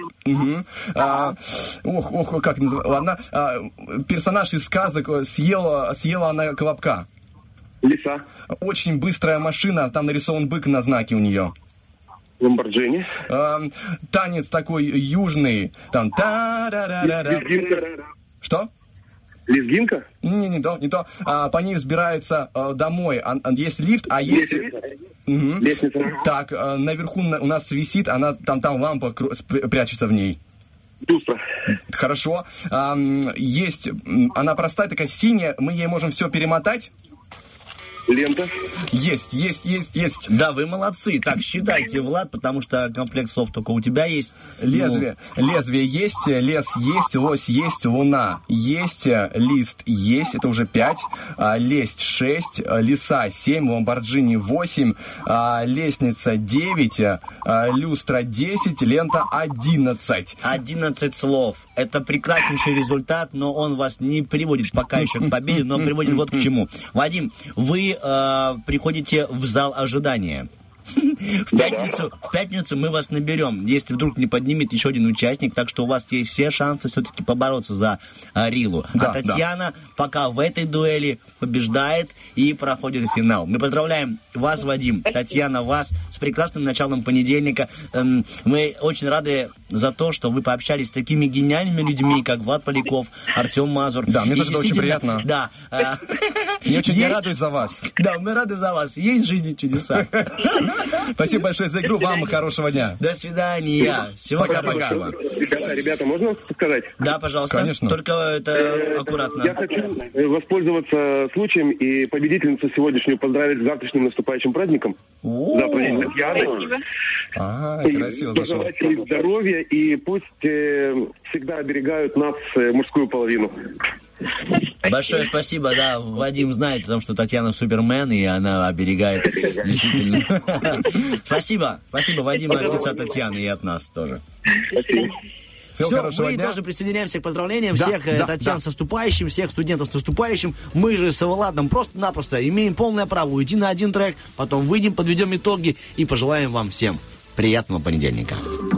как называется? Ладно. Персонаж из сказок съела она колобка. Лиса. Очень быстрая машина, там нарисован бык на знаке у нее. Ламборджини. Танец такой южный. Там... Что? Лезгинка? Не то. По ней взбирается домой. Есть лифт, а есть... Мгм. Лестница. Так, наверху у нас висит, она там лампа прячется в ней. Люстра. Хорошо. Есть, она простая, такая синяя, мы ей можем все перемотать. Лента. Есть. Да, вы молодцы. Так, считайте, Влад, потому что комплект слов только у тебя есть. Лезвие есть, лес есть, лось есть, луна есть, лист есть, это уже 5, лесть 6, лиса 7, ламборджини 8, лестница 9, люстра 10, лента 11. 11 слов. Это прекраснейший результат, но он вас не приводит пока еще к победе, но приводит вот к чему. Вадим, вы приходите в зал ожидания. В пятницу мы вас наберем, если вдруг не поднимет еще один участник, так что у вас есть все шансы все-таки побороться за Рилу. Да, Татьяна пока в этой дуэли побеждает и проходит финал. Мы поздравляем вас, Вадим, Татьяна, вас с прекрасным началом понедельника. Мы очень рады за то, что вы пообщались с такими гениальными людьми, как Влад Поляков, Артем Мазур. Да, мне И тоже это очень приятно. Да. Я очень радуюсь за вас. Да, мы рады за вас. Есть в жизни чудеса. Спасибо большое за игру. Вам хорошего дня. До свидания. Всего хорошего. Ребята, можно сказать? Да, пожалуйста. Конечно. Только это аккуратно. Я хочу воспользоваться случаем и победительницу сегодняшнюю поздравить с завтрашним наступающим праздником. Завтра день Татьяны. Красиво зашел. Пожелать ей здоровья и пусть всегда оберегают нас, мужскую половину. Большое спасибо, да, Вадим знает о том, что Татьяна супермен, и она оберегает действительно. Спасибо, Вадим, от лица Татьяны и от нас тоже. Спасибо. Всего Все, хорошего мы дня. тоже присоединяемся к поздравлениям всех да, Татьян с наступающим, всех студентов с наступающим. Мы же с Владом просто-напросто имеем полное право уйти на один трек, потом выйдем, подведем итоги и пожелаем вам всем приятного понедельника.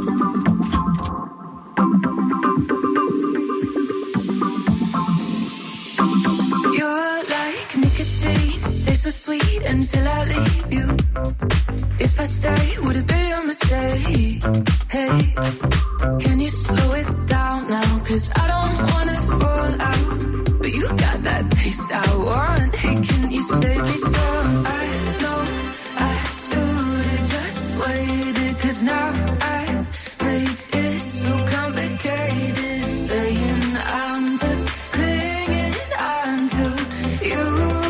You're like nicotine, tastes so sweet until I leave you. If I stay, would it be a mistake? Hey, can you slow it down now? 'Cause I don't wanna fall out, but you got that taste I want. Hey, can you save me some? I know I should've just waited, 'cause now I made it so complicated, saying I'm just clinging on to you.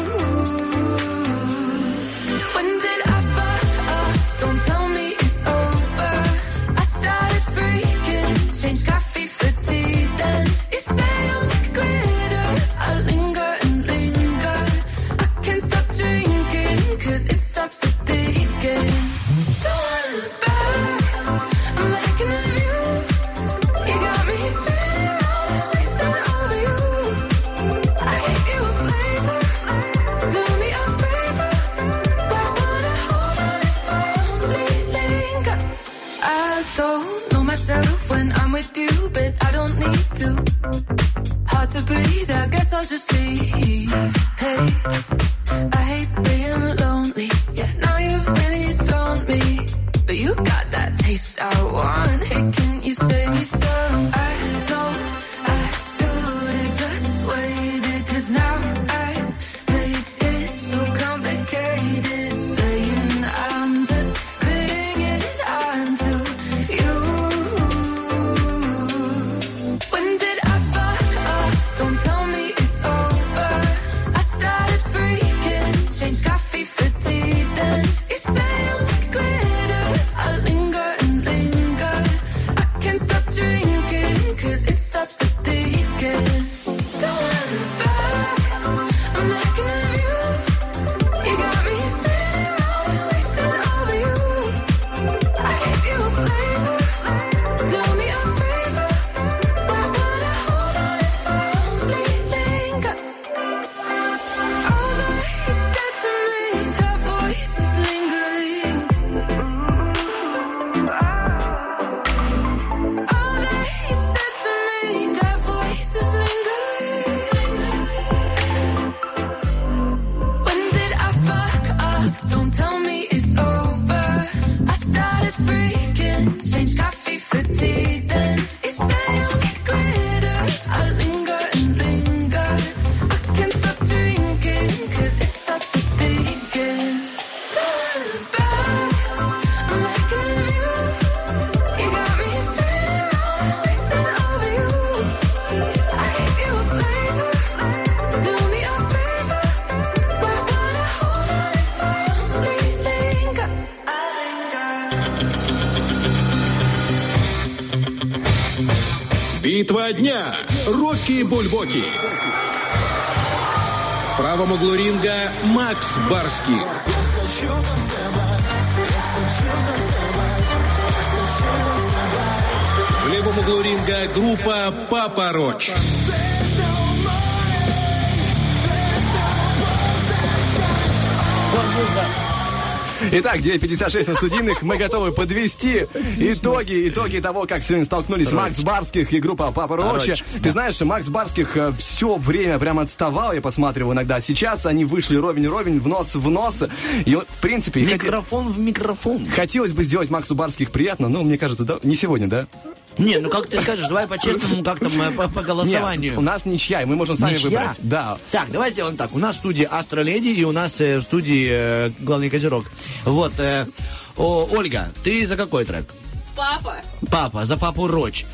When did I fall? Don't tell me it's over. I started freaking, changed coffee for tea. Then you say I'm like glitter. I linger and linger. I can't stop drinking, 'cause it stops addicting. Don't wanna look back, I'm liking the view. You got me spinning around and wasting over you. I gave you a flavor, do me a favor. Why would I hold on if I only linger? I don't know myself when I'm with you, but I don't need to. Hard to breathe, I guess I'll just leave. Hey, I hate being lonely. Yeah, now you've really thrown me, but you got that taste I want. Hey, can you save me some? I know I should've just waited, 'cause now I made it so complicated, saying I'm just clinging on to you. When did I fall? Don't tell me it's over. I started free. Битва дня. Рокки Бульбоки. В правом углу ринга Макс Барских. В левом углу ринга группа Папа Роч. Итак, 9:56 на студийных. Мы готовы подвести итоги того, как сегодня столкнулись Макс Барских и группа Папа Рочи. Ты знаешь, Макс Барских все время прям отставал, я посматривал иногда. Сейчас они вышли ровень-ровень, в нос. И, в принципе... Микрофон в микрофон. Хотелось бы сделать Максу Барских приятно, но, мне кажется, да, не сегодня, да? Не, ну как ты скажешь, давай по-честному, как там по голосованию. Нет, у нас ничья, и мы можем сами Ничья? выбрать. Да. Так, давай сделаем так. У нас в студии Астра Леди, и у нас в студии главный козерог. Вот, Ольга, ты за какой трек? Папа. Папа, за Папу Роч.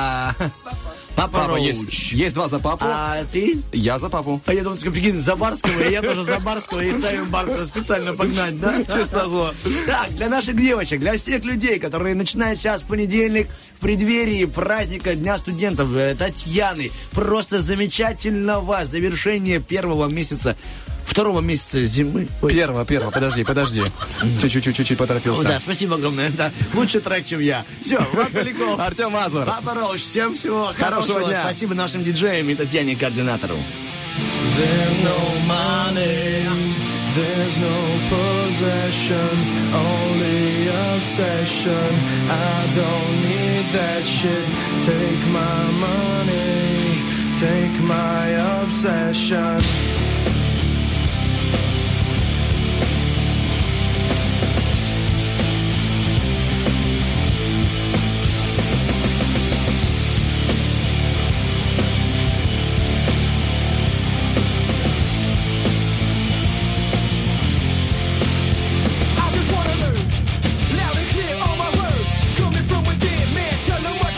Папа Роуч. Есть два за папу. А ты? Я за папу. А я думал, ты прикинь, за Барского, и я тоже за Барского, и ставим Барского специально погнать, да? Честно зло. Так, для наших девочек, для всех людей, которые начинают сейчас в понедельник, в преддверии праздника Дня студентов, Татьяны, просто замечательного завершения второго месяца зимы. Первого, подожди. Чуть-чуть поторопился. Да, спасибо огромное. Да, лучший трек, чем я. Все, Влад Поляков, Артем Мазур. Папа Роуч, всем всего Хорошего дня. Спасибо нашим диджеям и Татьяне, координатору. There's no money, there's no possessions, only obsession. I don't need that shit. Take my money, take my obsession.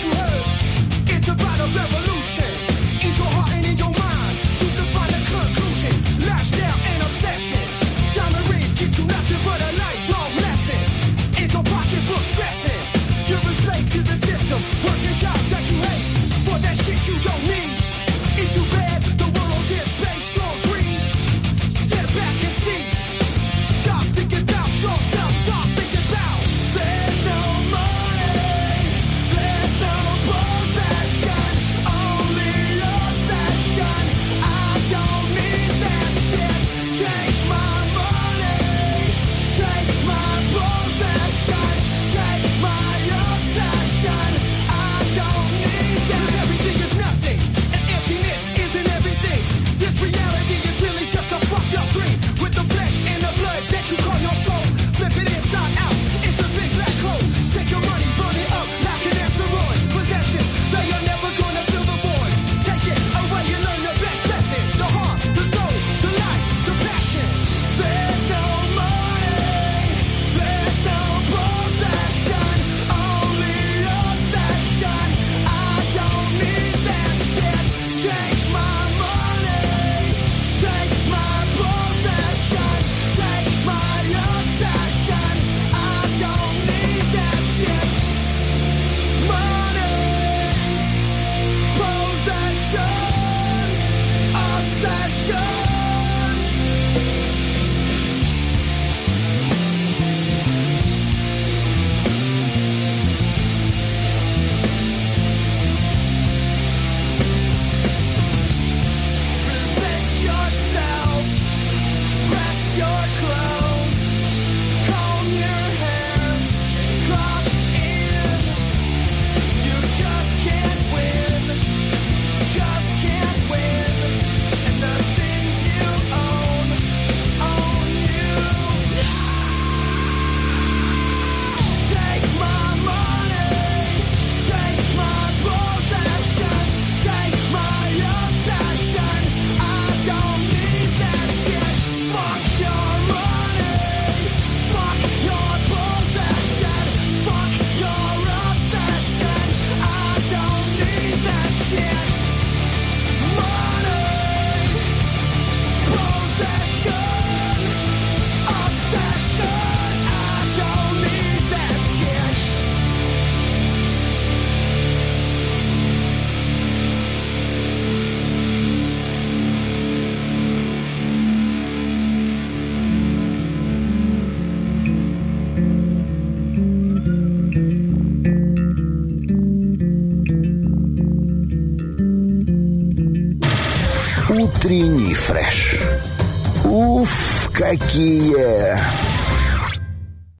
Revolution in your heart and in your mind to define the conclusion. Утренний фреш. Уф, какие